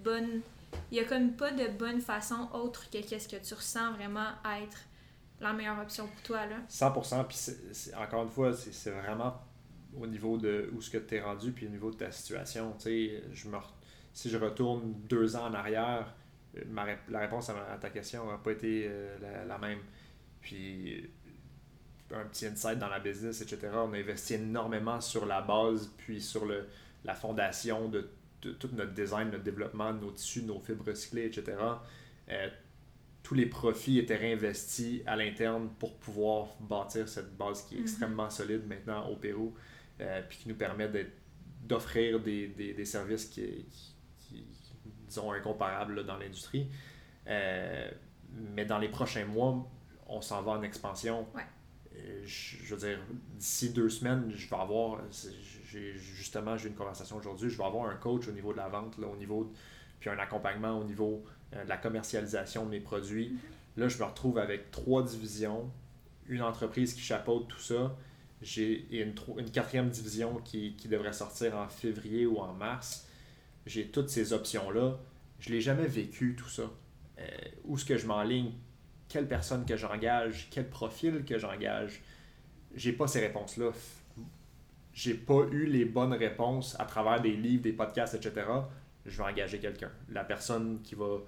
de bonne façon autre que qu'est-ce que tu ressens vraiment être la meilleure option pour toi. Là. 100%. Puis encore une fois, c'est vraiment au niveau de où ce que tu es rendu puis au niveau de ta situation. Tu sais, si je retourne 2 ans en arrière, la réponse à ta question n'aurait pas été la même. Puis un petit insight dans la business, etc. On a investi énormément sur la base puis sur la fondation de tout notre design, notre développement, nos tissus, nos fibres recyclées, etc. Tous les profits étaient réinvestis à l'interne pour pouvoir bâtir cette base qui est extrêmement solide maintenant au Pérou, puis qui nous permet d'offrir des services qui disons, incomparables là, dans l'industrie. Mais dans les prochains mois, on s'en va en expansion. Ouais. Je veux dire, d'ici 2 semaines, je vais avoir... j'ai eu une conversation aujourd'hui, je vais avoir un coach au niveau de la vente, là, puis un accompagnement au niveau de la commercialisation de mes produits. Là, je me retrouve avec 3 divisions, une entreprise qui chapeaute tout ça, J'ai une quatrième division qui devrait sortir en février ou en mars. J'ai toutes ces options-là. Je ne l'ai jamais vécu, tout ça. Où est-ce que je m'enligne? Quelle personne que j'engage? Quel profil que j'engage? J'ai pas ces réponses-là. J'ai pas eu les bonnes réponses à travers des livres, des podcasts, etc. Je vais engager quelqu'un. La personne qui va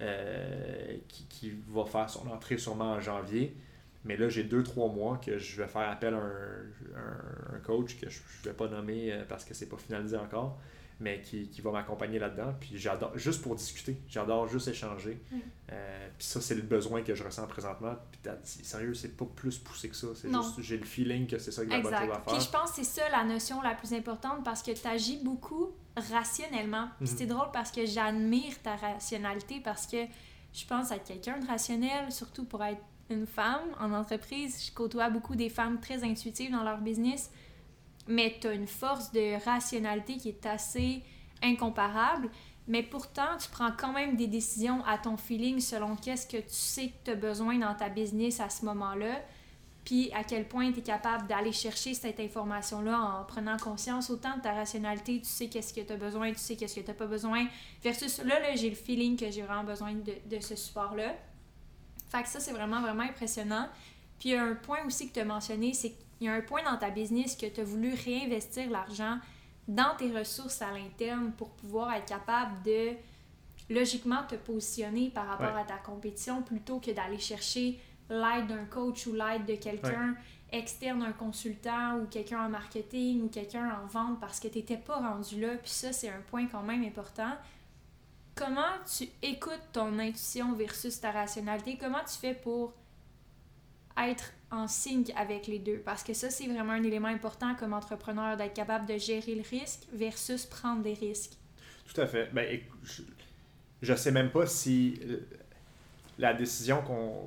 faire son entrée sûrement en janvier. Mais là, j'ai 2-3 mois que je vais faire appel à un coach que je ne vais pas nommer parce que c'est pas finalisé encore, mais qui va m'accompagner là-dedans. Puis j'adore, juste pour discuter, j'adore juste échanger. Puis ça, c'est le besoin que je ressens présentement. Puis sérieux, c'est pas plus poussé que ça. C'est juste, j'ai le feeling que c'est ça que la bonne chose à faire. Puis je pense que c'est ça la notion la plus importante parce que tu agis beaucoup rationnellement. Puis c'est drôle parce que j'admire ta rationalité parce que je pense être quelqu'un de rationnel, surtout pour être une femme en entreprise. Je côtoie beaucoup des femmes très intuitives dans leur business, mais tu as une force de rationalité qui est assez incomparable. Mais pourtant, tu prends quand même des décisions à ton feeling selon qu'est-ce que tu sais que tu as besoin dans ta business à ce moment-là, puis à quel point tu es capable d'aller chercher cette information-là en prenant conscience autant de ta rationalité, tu sais qu'est-ce que tu as besoin, tu sais qu'est-ce que tu n'as pas besoin, versus là, j'ai le feeling que j'ai vraiment besoin de ce support-là. Fait que ça, c'est vraiment, vraiment impressionnant. Puis il y a un point aussi que tu as mentionné, c'est qu'il y a un point dans ta business que tu as voulu réinvestir l'argent dans tes ressources à l'interne pour pouvoir être capable de, logiquement, te positionner par rapport à ta compétition plutôt que d'aller chercher l'aide d'un coach ou l'aide de quelqu'un externe, un consultant ou quelqu'un en marketing ou quelqu'un en vente parce que tu n'étais pas rendu là. Puis ça, c'est un point quand même important. Comment tu écoutes ton intuition versus ta rationalité? Comment tu fais pour être en sync avec les deux? Parce que ça, c'est vraiment un élément important comme entrepreneur, d'être capable de gérer le risque versus prendre des risques. Tout à fait. Ben, je sais même pas si la décision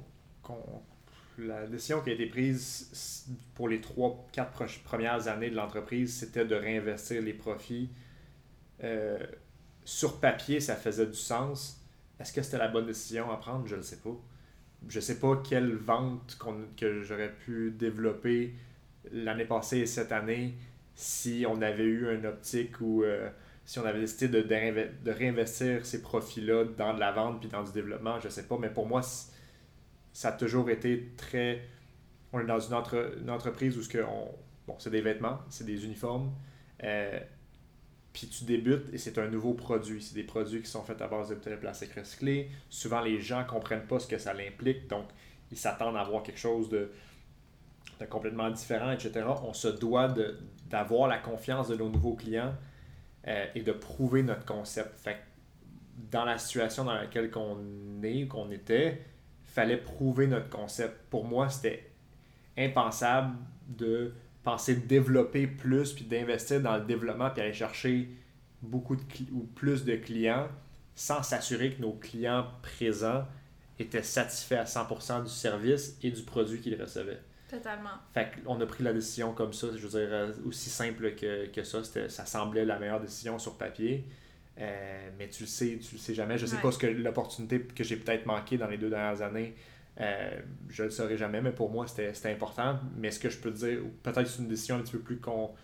la décision qui a été prise pour les 3-4 premières années de l'entreprise, c'était de réinvestir les profits. Sur papier, ça faisait du sens. Est-ce que c'était la bonne décision à prendre? Je ne le sais pas. Je ne sais pas quelle vente que j'aurais pu développer l'année passée et cette année si on avait eu une optique ou si on avait décidé de réinvestir ces profits-là dans de la vente puis dans du développement. Je ne sais pas, mais pour moi, ça a toujours été très... On est dans une entreprise où c'est des vêtements, c'est des uniformes. Puis tu débutes et c'est un nouveau produit. C'est des produits qui sont faits à base de plastique recyclé. Souvent, les gens ne comprennent pas ce que ça implique, donc ils s'attendent à avoir quelque chose de complètement différent, etc. On se doit d'avoir la confiance de nos nouveaux clients et de prouver notre concept. Fait que dans la situation dans laquelle qu'on était, il fallait prouver notre concept. Pour moi, c'était impensable de penser développer plus puis d'investir dans le développement puis aller chercher plus de clients sans s'assurer que nos clients présents étaient satisfaits à 100% du service et du produit qu'ils recevaient. Totalement. Fait qu'on a pris la décision comme ça, je veux dire, aussi simple que ça. Ça semblait la meilleure décision sur papier. Mais tu le sais jamais. Je sais pas ce que l'opportunité que j'ai peut-être manqué dans les 2 dernières années. Je ne le saurai jamais, mais pour moi, c'était important. Mais ce que je peux te dire, peut-être c'est une décision un petit peu plus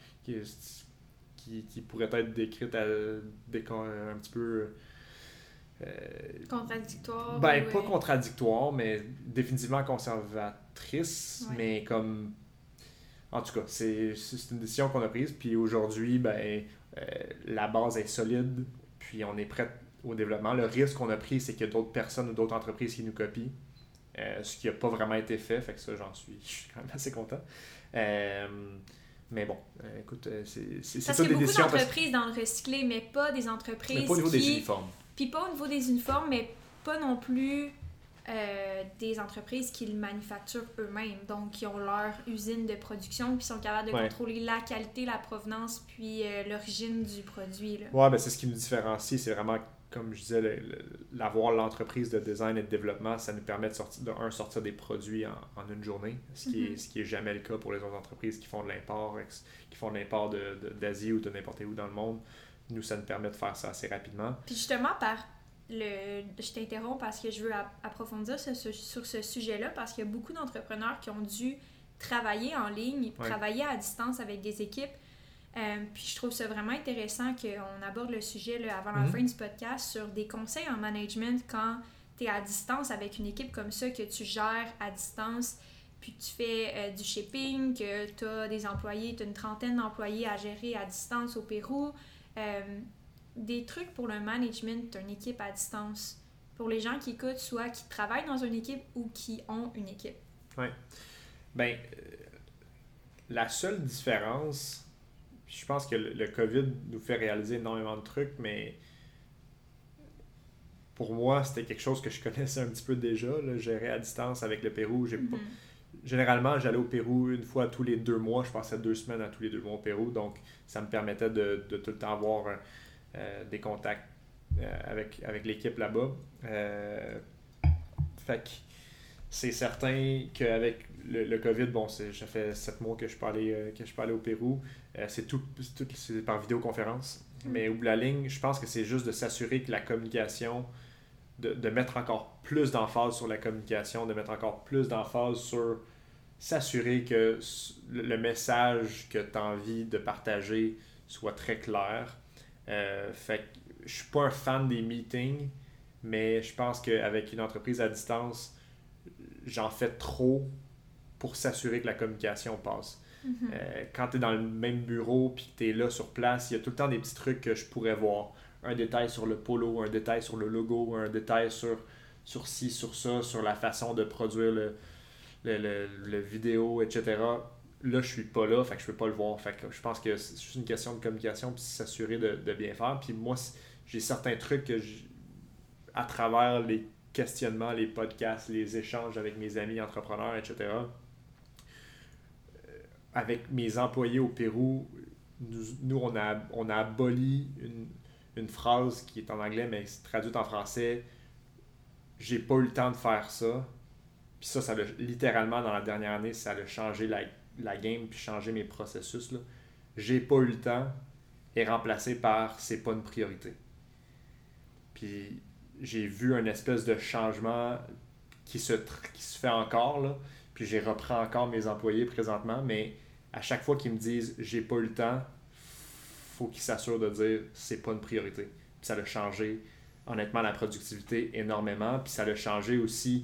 qui pourrait être décrite un petit peu... contradictoire? Pas contradictoire, mais définitivement conservatrice. Mais comme... En tout cas, c'est une décision qu'on a prise. Puis aujourd'hui, la base est solide. Puis on est prêt au développement. Le risque qu'on a pris, c'est qu'il y a d'autres personnes ou d'autres entreprises qui nous copient. Ce qui n'a pas vraiment été fait, fait que ça, je suis quand même assez content. Mais bon, écoute, c'est parce ça qu'il y a des décisions. Beaucoup d'entreprises dans le recyclé, mais pas des entreprises mais pas au niveau des uniformes. Puis pas au niveau des uniformes, mais pas non plus des entreprises qui le manufacturent eux-mêmes. Donc, qui ont leur usine de production, puis sont capables de contrôler la qualité, la provenance, puis l'origine du produit. Là. Ouais, ce qui nous différencie, c'est vraiment... Comme je disais, l'avoir l'entreprise de design et de développement, ça nous permet de sortir des produits en une journée, ce qui est jamais le cas pour les autres entreprises qui font de l'import, d'Asie ou de n'importe où dans le monde. Nous, ça nous permet de faire ça assez rapidement. Puis justement, je t'interromps parce que je veux approfondir sur ce sujet-là, parce qu'il y a beaucoup d'entrepreneurs qui ont dû travailler en ligne, travailler à distance avec des équipes. Puis je trouve ça vraiment intéressant qu'on aborde le sujet là, avant la fin du podcast sur des conseils en management quand tu es à distance avec une équipe comme ça, que tu gères à distance, puis que tu fais du shipping, que tu as des employés, tu as une trentaine d'employés à gérer à distance au Pérou. Des trucs pour le management d'une équipe à distance, pour les gens qui écoutent, soit qui travaillent dans une équipe ou qui ont une équipe. Oui. Ben, la seule différence, je pense que le COVID nous fait réaliser énormément de trucs, mais pour moi, c'était quelque chose que je connaissais un petit peu déjà, là, gérer à distance avec le Pérou. Généralement, j'allais au Pérou une fois tous les 2 mois. Je passais 2 semaines à tous les 2 mois au Pérou, donc ça me permettait de tout le temps avoir des contacts avec l'équipe là-bas. Fait que c'est certain qu'avec le COVID, bon, ça fait 7 mois que je peux aller au Pérou. C'est par vidéoconférence. Mais au bout de la ligne, je pense que c'est juste de s'assurer que la communication, de mettre encore plus d'emphase sur la communication, de mettre encore plus d'emphase sur s'assurer que le message que tu as envie de partager soit très clair. Fait que je suis pas un fan des meetings, mais je pense qu'avec une entreprise à distance, j'en fais trop pour s'assurer que la communication passe. Quand tu es dans le même bureau et que tu es là sur place, il y a tout le temps des petits trucs que je pourrais voir. Un détail sur le polo, un détail sur le logo, un détail sur ci, sur ça, sur la façon de produire le vidéo, etc. Là, je suis pas là, fait que je peux pas le voir. Fait que je pense que c'est juste une question de communication puis s'assurer de bien faire. Puis moi, j'ai certains trucs que à travers les questionnements, les podcasts, les échanges avec mes amis entrepreneurs, etc. Avec mes employés au Pérou, nous on a aboli une phrase qui est en anglais, mais traduite en français. J'ai pas eu le temps de faire ça. Puis ça l'a littéralement, dans la dernière année, ça a changé la game puis changé mes processus. Là. J'ai pas eu le temps est remplacé par c'est pas une priorité. Puis j'ai vu un espèce de changement qui se fait encore, là. Puis j'ai repris encore mes employés présentement, mais à chaque fois qu'ils me disent j'ai pas eu le temps, faut qu'ils s'assurent de dire c'est pas une priorité. Puis ça a changé honnêtement la productivité énormément, puis ça a changé aussi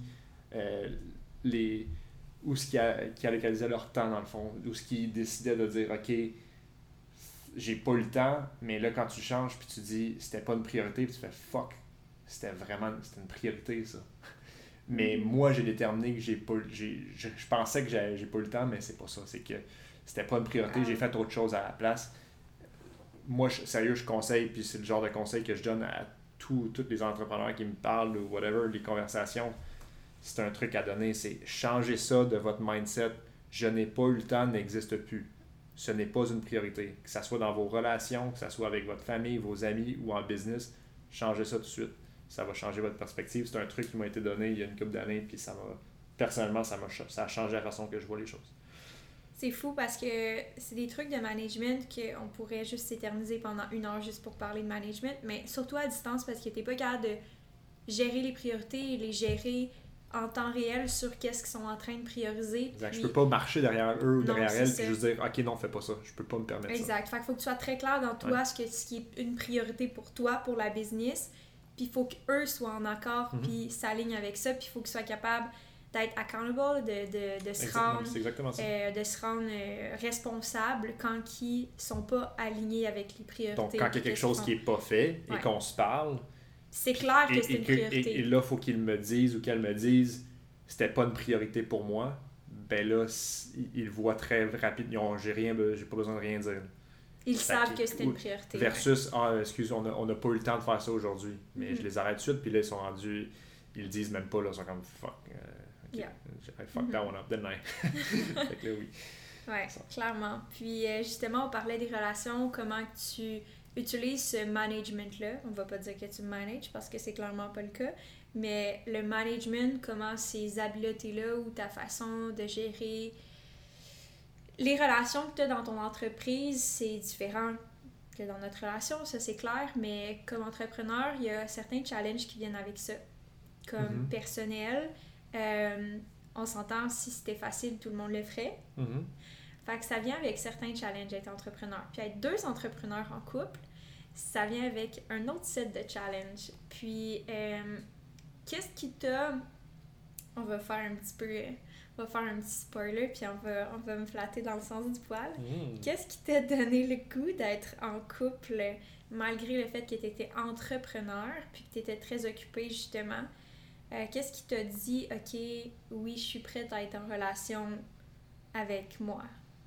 où ce qui allocalisaient leur temps dans le fond, où ce qui décidaient de dire ok, j'ai pas eu le temps, mais là quand tu changes puis tu dis c'était pas une priorité, puis tu fais fuck, c'était une priorité ça. Mais moi j'ai déterminé que je pensais que j'ai pas eu le temps, mais c'est pas ça, c'est que c'était pas une priorité, j'ai fait autre chose à la place. Moi sérieux, je conseille, puis c'est le genre de conseil que je donne à tous les entrepreneurs qui me parlent ou whatever, les conversations. C'est un truc à donner, c'est changer ça de votre mindset. Je n'ai pas eu le temps n'existe plus. Ce n'est pas une priorité. Que ce soit dans vos relations, que ce soit avec votre famille, vos amis ou en business, changez ça tout de suite. Ça va changer votre perspective. C'est un truc qui m'a été donné il y a une couple d'années, puis personnellement, ça a changé la façon que je vois les choses. C'est fou parce que c'est des trucs de management qu'on pourrait juste s'éterniser pendant 1 heure juste pour parler de management, mais surtout à distance parce que t'es pas capable de gérer les priorités et les gérer en temps réel sur qu'est-ce qu'ils sont en train de prioriser. Exact. Puis... Je peux pas marcher derrière eux ou derrière elles et juste dire « Ok, non, fais pas ça. » Je peux pas me permettre ça. Exact. Fait qu'il faut que tu sois très clair dans toi ce qui est une priorité pour toi, pour la business. Puis il faut qu'eux soient en accord puis s'alignent avec ça. Puis il faut qu'ils soient capables d'être accountable, de se rendre responsable quand ils sont pas alignés avec les priorités. Donc quand il y a quelque chose qui est pas fait et qu'on se parle, c'est clair que c'est une priorité. Et là, il faut qu'ils me disent ou qu'elles me disent c'était pas une priorité pour moi. Ben là, ils voient très rapide. J'ai pas besoin de rien dire. Ils savent que c'était une priorité. Versus, excuse, on n'a pas eu le temps de faire ça aujourd'hui. Mais je les arrête tout de suite, puis là, ils sont rendus. Ils le disent même pas, là. Ils sont comme fuck. Okay, fuck that one up, didn't I? Fait que là, oui. Ouais, clairement. Puis justement, on parlait des relations, comment tu utilises ce management-là. On va pas dire que tu manages parce que c'est clairement pas le cas, mais le management, comment ces habiletés-là ou ta façon de gérer les relations que tu as dans ton entreprise, c'est différent que dans notre relation, ça c'est clair, mais comme entrepreneur, il y a certains challenges qui viennent avec ça, comme personnel. on s'entend, si c'était facile, tout le monde le ferait. Mhm. Fait que ça vient avec certains challenges d'être entrepreneur. Puis être deux entrepreneurs en couple, ça vient avec un autre set de challenges. Puis, qu'est-ce qui t'a... On va faire un petit peu... On va faire un petit spoiler, puis on va me flatter dans le sens du poil. Qu'est-ce qui t'a donné le goût d'être en couple, malgré le fait que tu étais entrepreneur, puis que tu étais très occupé, justement? Qu'est-ce qui t'a dit, OK, oui, je suis prête à être en relation avec moi?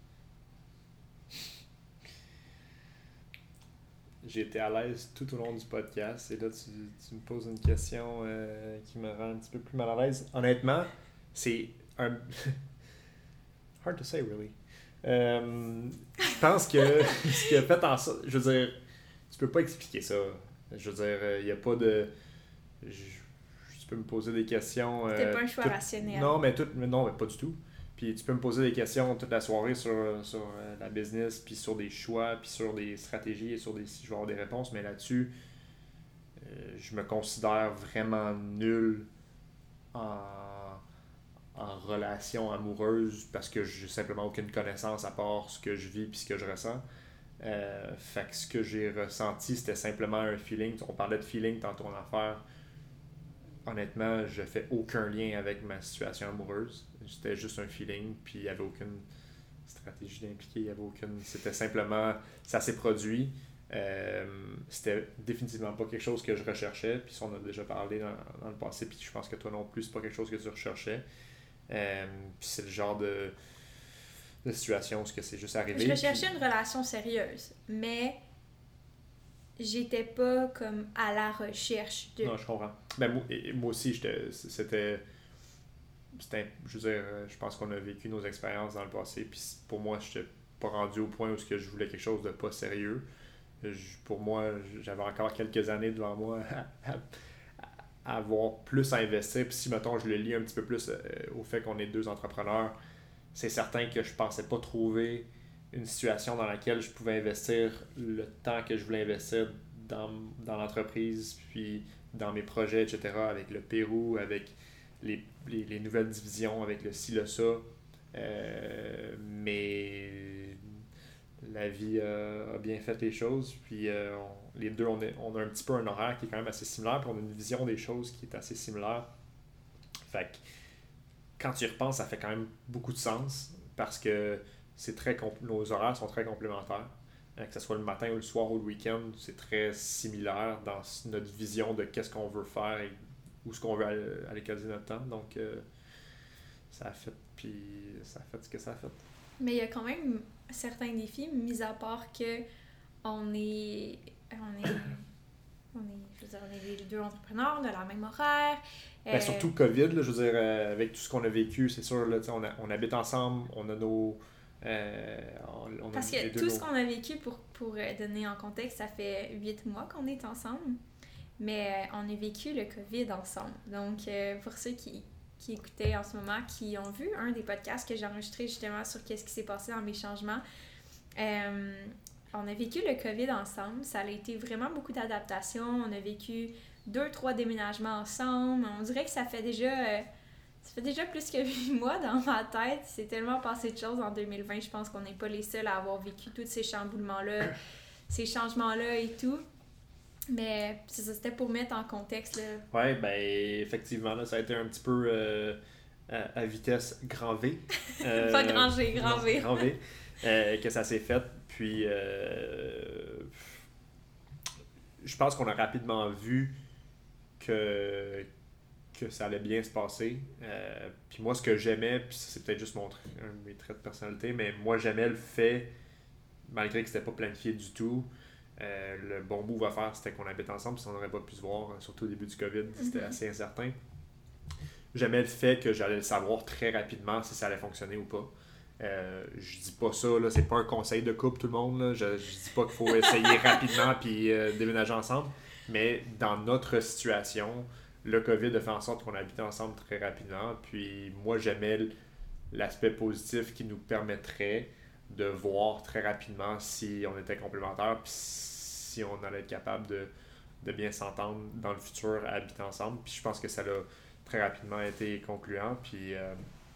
J'ai été à l'aise tout au long du podcast et là, tu me poses une question qui me rend un petit peu plus mal à l'aise. Honnêtement, c'est un... Hard to say, really. Je pense que ce qui a fait en sorte... Je veux dire, tu peux pas expliquer ça. Je veux dire, il n'y a pas de... Tu peux me poser des questions... C'était pas un choix rationnel. Non, mais pas du tout. Puis tu peux me poser des questions toute la soirée sur la business, puis sur des choix, puis sur des stratégies, et sur des si je vais avoir des réponses, mais là-dessus, je me considère vraiment nul en relation amoureuse parce que j'ai simplement aucune connaissance à part ce que je vis puis ce que je ressens. Fait que ce que j'ai ressenti, c'était simplement un feeling. On parlait de feeling tantôt en affaires. Honnêtement, je fais aucun lien avec ma situation amoureuse. C'était juste un feeling, puis il n'y avait aucune stratégie d'impliquer, il n'y avait aucune... C'était simplement... Ça s'est produit. C'était définitivement pas quelque chose que je recherchais, puis ça, on a déjà parlé dans le passé, puis je pense que toi non plus, c'est pas quelque chose que tu recherchais. Puis c'est le genre de situation où c'est juste arrivé. Je recherchais une relation sérieuse, mais... j'étais pas comme à la recherche de... Non, je comprends. Ben, moi aussi, c'était... Je veux dire, je pense qu'on a vécu nos expériences dans le passé, puis pour moi, je n'étais pas rendu au point où je voulais quelque chose de pas sérieux. Pour moi, j'avais encore quelques années devant moi à avoir plus à investir. Puis si, mettons, je le lis un petit peu plus au fait qu'on est deux entrepreneurs, c'est certain que je pensais pas trouver une situation dans laquelle je pouvais investir le temps que je voulais investir dans l'entreprise, puis dans mes projets, etc., avec le Pérou, avec les nouvelles divisions, avec le ci, le ça. Mais la vie a bien fait les choses, puis les deux, on a un petit peu un horaire qui est quand même assez similaire, puis on a une vision des choses qui est assez similaire. Fait que quand tu y repenses, ça fait quand même beaucoup de sens, parce que nos horaires sont très complémentaires. Que ce soit le matin ou le soir ou le week-end, c'est très similaire dans notre vision de qu'est-ce qu'on veut faire et où est-ce qu'on veut aller caser notre temps. Donc, ça a fait ce que ça a fait. Mais il y a quand même certains défis, mis à part que on est les deux entrepreneurs, on a la même horaire. Ben, surtout le COVID, là, je veux dire, avec tout ce qu'on a vécu, c'est sûr, là, on habite ensemble, on a nos... Parce que tout ce qu'on a vécu, pour donner en contexte, ça fait 8 mois qu'on est ensemble, mais on a vécu le COVID ensemble. Donc, pour ceux qui écoutaient en ce moment, qui ont vu un des podcasts que j'ai enregistré justement sur qu'est-ce qui s'est passé dans mes changements, on a vécu le COVID ensemble. Ça a été vraiment beaucoup d'adaptation. On a vécu 2-3 déménagements ensemble. On dirait que ça fait déjà plus que 8 mois dans ma tête. C'est tellement passé de choses en 2020. Je pense qu'on n'est pas les seuls à avoir vécu tous ces chamboulements-là, ces changements-là et tout. Mais c'est ça, c'était pour mettre en contexte. Oui, ben effectivement, là, ça a été un petit peu à vitesse grand V. Pas grand G, grand V. Grand V, que ça s'est fait. Puis, je pense qu'on a rapidement vu que ça allait bien se passer. Puis moi, ce que j'aimais, puis c'est peut-être juste un de mes traits de personnalité, mais moi, j'aimais le fait, malgré que c'était pas planifié du tout, le bon bout à faire, c'était qu'on habite ensemble, puis on n'aurait pas pu se voir, surtout au début du COVID, c'était assez incertain. J'aimais le fait que j'allais le savoir très rapidement si ça allait fonctionner ou pas. Je dis pas ça, là, c'est pas un conseil de couple tout le monde, là. Je dis pas qu'il faut essayer rapidement puis déménager ensemble, mais dans notre situation, le COVID a fait en sorte qu'on habitait ensemble très rapidement, puis moi j'aimais l'aspect positif qui nous permettrait de voir très rapidement si on était complémentaires puis si on allait être capable de bien s'entendre dans le futur à habiter ensemble. Puis je pense que ça a très rapidement été concluant, puis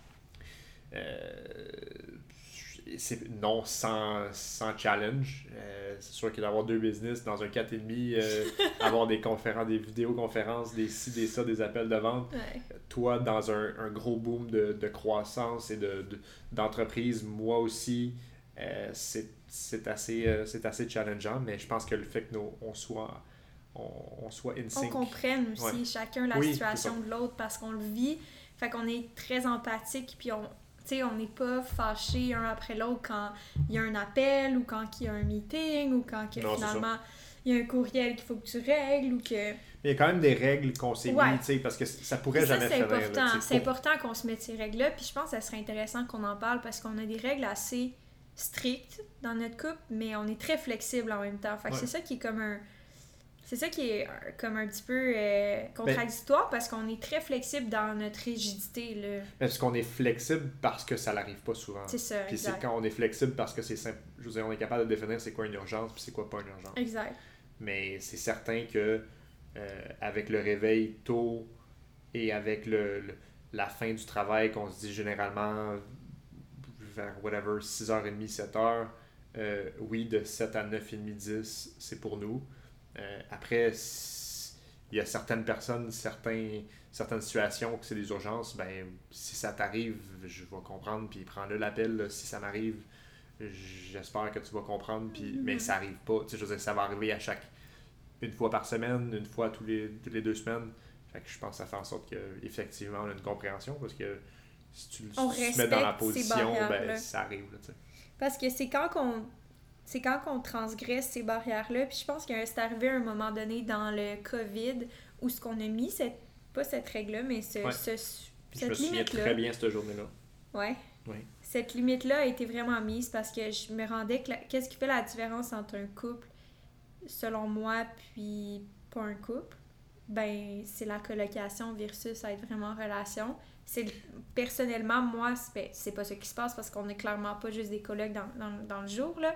Non, sans challenge. C'est sûr que d'avoir 2 business dans un 4,5, avoir des conférences, des vidéoconférences, des ci, des ça, des appels de vente. Ouais. Toi, dans un gros boom de croissance et d'entreprise, moi aussi, c'est assez challengeant, mais je pense que le fait que on soit in On sync. comprenne aussi Ouais. chacun la Oui, situation de l'autre parce qu'on le vit. Fait qu'on est très empathique, puis on n'est pas fâché un après l'autre quand il y a un appel ou quand il y a un meeting ou quand Non, finalement il y a un courriel qu'il faut que tu règles ou que... Mais il y a quand même des règles qu'on s'est Ouais. mis, tu sais, parce que ça pourrait Puis ça, jamais c'est finir. important. Là, tu sais. C'est important qu'on se mette ces règles-là. Puis je pense que ça serait intéressant qu'on en parle parce qu'on a des règles assez strictes dans notre couple, mais on est très flexible en même temps. Fait que Ouais. c'est ça qui est comme un... C'est ça qui est comme un petit peu contradictoire parce qu'on est très flexible dans notre rigidité. Là. Parce qu'on est flexible parce que ça n'arrive pas souvent. C'est ça, Puis exact. c'est quand on est flexible parce que c'est simple. Je veux dire, on est capable de définir c'est quoi une urgence puis c'est quoi pas une urgence. Exact. Mais c'est certain que avec le réveil tôt et avec la fin du travail qu'on se dit généralement vers whatever 6h30, 7h, oui, de 7 à 9h30, 10, c'est pour nous. Après, il y a certaines personnes, certaines situations que c'est des urgences, ben si ça t'arrive, je vais comprendre, puis prends-le l'appel, là, si ça m'arrive, j'espère que tu vas comprendre, puis, mais ça arrive pas, tu sais, je veux dire, ça va arriver une fois par semaine, une fois toutes les 2 semaines, fait que je pense que ça fait en sorte qu'effectivement on a une compréhension, parce que si tu te mets dans la position, ben ça arrive, là, tu sais. Parce que c'est quand qu'on transgresse ces barrières-là, puis je pense que c'est arrivé à un moment donné dans le COVID où ce qu'on a mis, pas cette règle-là, mais cette Je me souviens limite-là. très bien cette journée-là. Ouais. Oui. Cette limite-là a été vraiment mise parce que je me rendais que qu'est-ce qui fait la différence entre un couple, selon moi, puis pas un couple, ben c'est la colocation versus être vraiment en relation. Personnellement, moi, c'est pas ce qui se passe parce qu'on n'est clairement pas juste des colocs dans le jour, là,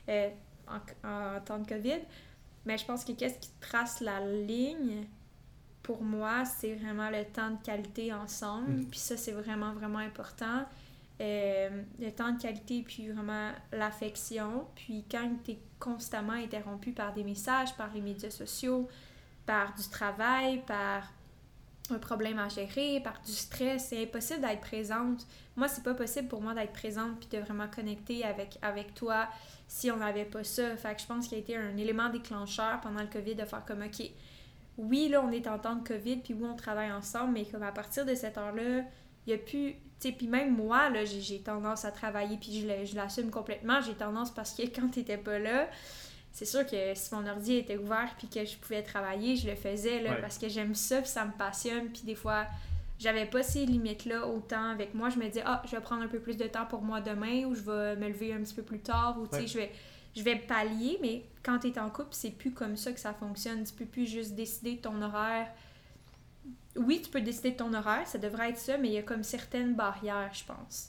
en temps de COVID. Mais je pense que qu'est-ce qui trace la ligne, pour moi, c'est vraiment le temps de qualité ensemble. Puis ça, c'est vraiment, vraiment important. Le temps de qualité, puis vraiment l'affection. Puis quand tu es constamment interrompu par des messages, par les médias sociaux, par du travail, par un problème à gérer, par du stress, c'est impossible d'être présente. Moi, c'est pas possible pour moi d'être présente puis de vraiment connecter avec toi si on n'avait pas ça. Fait que je pense qu'il a été un élément déclencheur pendant le COVID de faire comme, OK, oui, là, on est en temps de COVID, puis oui, on travaille ensemble, mais comme à partir de cette heure-là, il n'y a plus... Tu sais, puis même moi, là, j'ai tendance à travailler, puis je l'assume complètement. J'ai tendance parce que quand t'étais pas là, c'est sûr que si mon ordi était ouvert puis que je pouvais travailler, je le faisais, là, parce que j'aime ça, puis ça me passionne, puis des fois... J'avais pas ces limites-là autant avec moi. Je me disais, je vais prendre un peu plus de temps pour moi demain ou je vais me lever un petit peu plus tard ou tu sais, je vais pallier. Mais quand tu es en couple, c'est plus comme ça que ça fonctionne. Tu peux plus juste décider de ton horaire. Oui, tu peux décider de ton horaire, ça devrait être ça, mais il y a comme certaines barrières, je pense.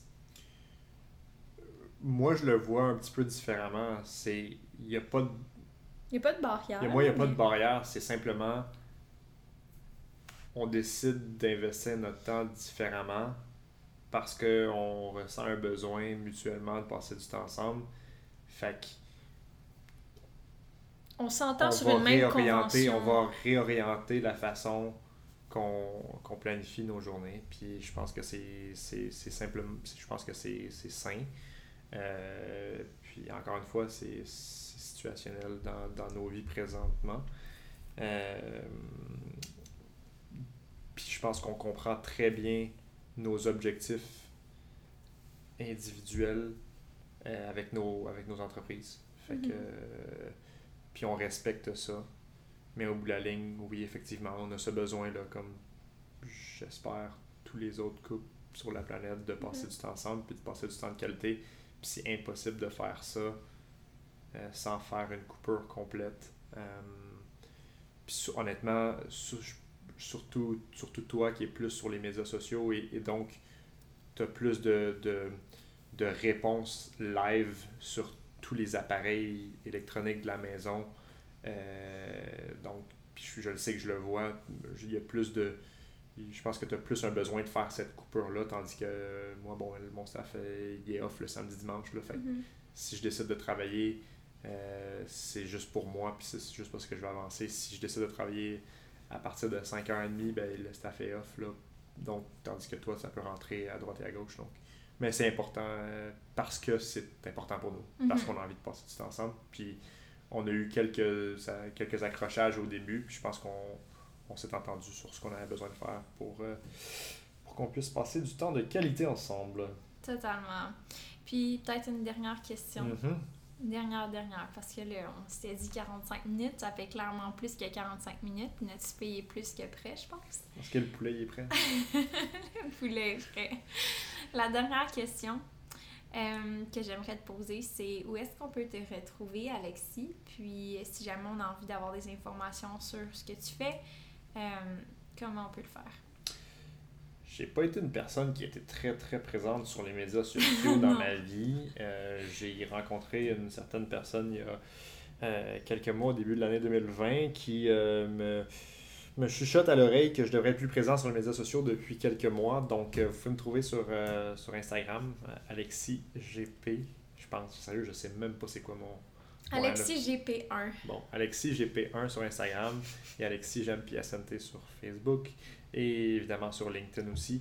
Moi, je le vois un petit peu différemment. Il n'y a pas de... Il n'y a pas de barrière. Il n'y a pas de barrière. C'est simplement... On décide d'investir notre temps différemment parce qu'on ressent un besoin mutuellement de passer du temps ensemble. Fait que on s'entend sur une même convention. On va réorienter la façon qu'on planifie nos journées. Puis je pense que c'est simplement... Je pense que c'est sain. Puis encore une fois, c'est situationnel dans nos vies présentement. Puis je pense qu'on comprend très bien nos objectifs individuels avec nos entreprises. Fait que, puis on respecte ça. Mais au bout de la ligne, oui, effectivement, on a ce besoin-là, comme j'espère tous les autres couples sur la planète, de passer du temps ensemble puis de passer du temps de qualité. Puis c'est impossible de faire ça sans faire une coupure complète. Puis honnêtement, surtout toi qui es plus sur les médias sociaux et donc tu as plus de réponses live sur tous les appareils électroniques de la maison. Donc, puis je le sais que je le vois, il y a plus de je pense que tu as plus un besoin de faire cette coupure-là, tandis que moi, bon, mon staff il est off le samedi, dimanche. Là, fait si je décide de travailler, c'est juste pour moi, puis c'est juste parce que je vais avancer. Si je décide de travailler à partir de 5h30, ben, le staff est off. Là, donc, tandis que toi, ça peut rentrer à droite et à gauche. Donc. Mais c'est important parce que c'est important pour nous, parce qu'on a envie de passer du temps ensemble. Puis on a eu quelques accrochages au début, puis je pense qu'on s'est entendu sur ce qu'on avait besoin de faire pour qu'on puisse passer du temps de qualité ensemble. Totalement. Puis peut-être une dernière question. Dernière, parce que là, on s'était dit 45 minutes, ça fait clairement plus que 45 minutes, puis notre souper est plus que prêt, je pense. Est-ce que le poulet est prêt? Le poulet est prêt. La dernière question que j'aimerais te poser, c'est où est-ce qu'on peut te retrouver, Alexis? Puis si jamais on a envie d'avoir des informations sur ce que tu fais, comment on peut le faire? J'ai pas été une personne qui était très très présente sur les médias sociaux dans ma vie. J'ai rencontré une certaine personne il y a quelques mois au début de l'année 2020 qui me chuchote à l'oreille que je devrais être plus présent sur les médias sociaux depuis quelques mois. Donc vous pouvez me trouver sur Instagram, AlexisGP, je pense. Sérieux, je sais même pas c'est quoi mon... AlexisGP1. Bon, AlexisGP1 sur Instagram et Alexis J'aime Piacente sur Facebook. Et évidemment sur LinkedIn aussi.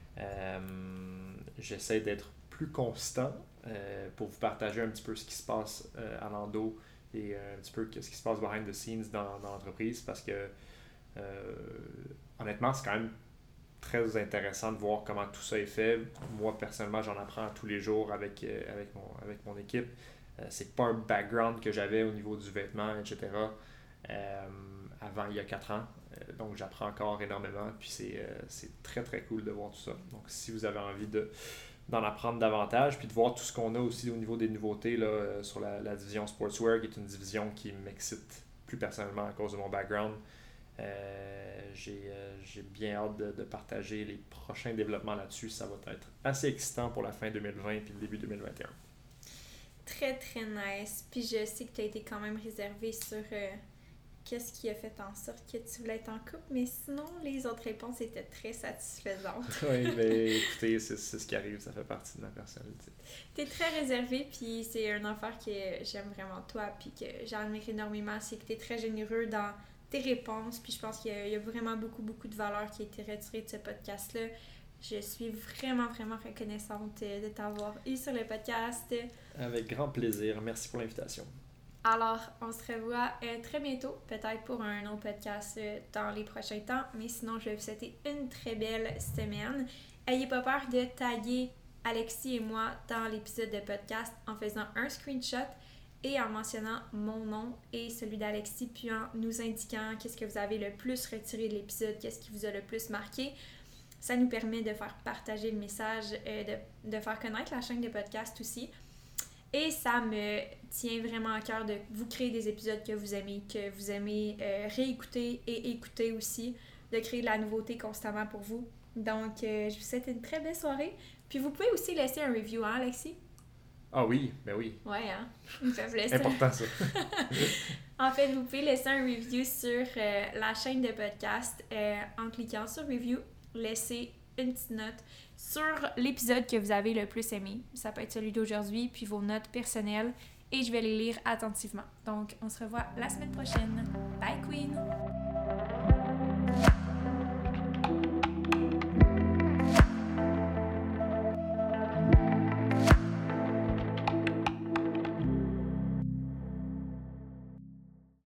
J'essaie d'être plus constant pour vous partager un petit peu ce qui se passe à l'endo et un petit peu ce qui se passe behind the scenes dans l'entreprise parce que honnêtement, c'est quand même très intéressant de voir comment tout ça est fait. Moi, personnellement, j'en apprends tous les jours avec mon équipe. C'est pas un background que j'avais au niveau du vêtement, etc. Avant, il y a 4 ans. Donc, j'apprends encore énormément. Puis, c'est très, très cool de voir tout ça. Donc, si vous avez envie d'en apprendre davantage, puis de voir tout ce qu'on a aussi au niveau des nouveautés là, sur la division Sportswear, qui est une division qui m'excite plus personnellement à cause de mon background. J'ai bien hâte de partager les prochains développements là-dessus. Ça va être assez excitant pour la fin 2020 et le début 2021. Très, très nice. Puis, je sais que tu as été quand même réservé sur... qu'est-ce qui a fait en sorte que tu voulais être en couple, mais sinon, les autres réponses étaient très satisfaisantes. Oui, mais écoutez, c'est ce qui arrive, ça fait partie de ma personnalité. T'es très réservé, puis c'est une affaire que j'aime vraiment de toi, puis que j'admire énormément, c'est que t'es très généreux dans tes réponses, puis je pense qu'il y a vraiment beaucoup, beaucoup de valeur qui a été retirée de ce podcast-là. Je suis vraiment, vraiment reconnaissante de t'avoir eu sur le podcast. Avec grand plaisir. Merci pour l'invitation. Alors, on se revoit très bientôt, peut-être pour un autre podcast dans les prochains temps, mais sinon, je vais vous souhaiter une très belle semaine. Ayez pas peur de taguer Alexis et moi dans l'épisode de podcast en faisant un screenshot et en mentionnant mon nom et celui d'Alexis, puis en nous indiquant qu'est-ce que vous avez le plus retiré de l'épisode, qu'est-ce qui vous a le plus marqué. Ça nous permet de faire partager le message, de faire connaître la chaîne de podcast aussi. Et ça me tient vraiment à cœur de vous créer des épisodes que vous aimez réécouter et écouter aussi, de créer de la nouveauté constamment pour vous. Donc, je vous souhaite une très belle soirée. Puis vous pouvez aussi laisser un review, hein, Alexis? Ah oui, ben oui. Ouais, hein? Ils peuvent laisser. Important ça. En fait, vous pouvez laisser un review sur la chaîne de podcast en cliquant sur review, laissez une petite note sur l'épisode que vous avez le plus aimé. Ça peut être celui d'aujourd'hui, puis vos notes personnelles, et je vais les lire attentivement. Donc, on se revoit la semaine prochaine.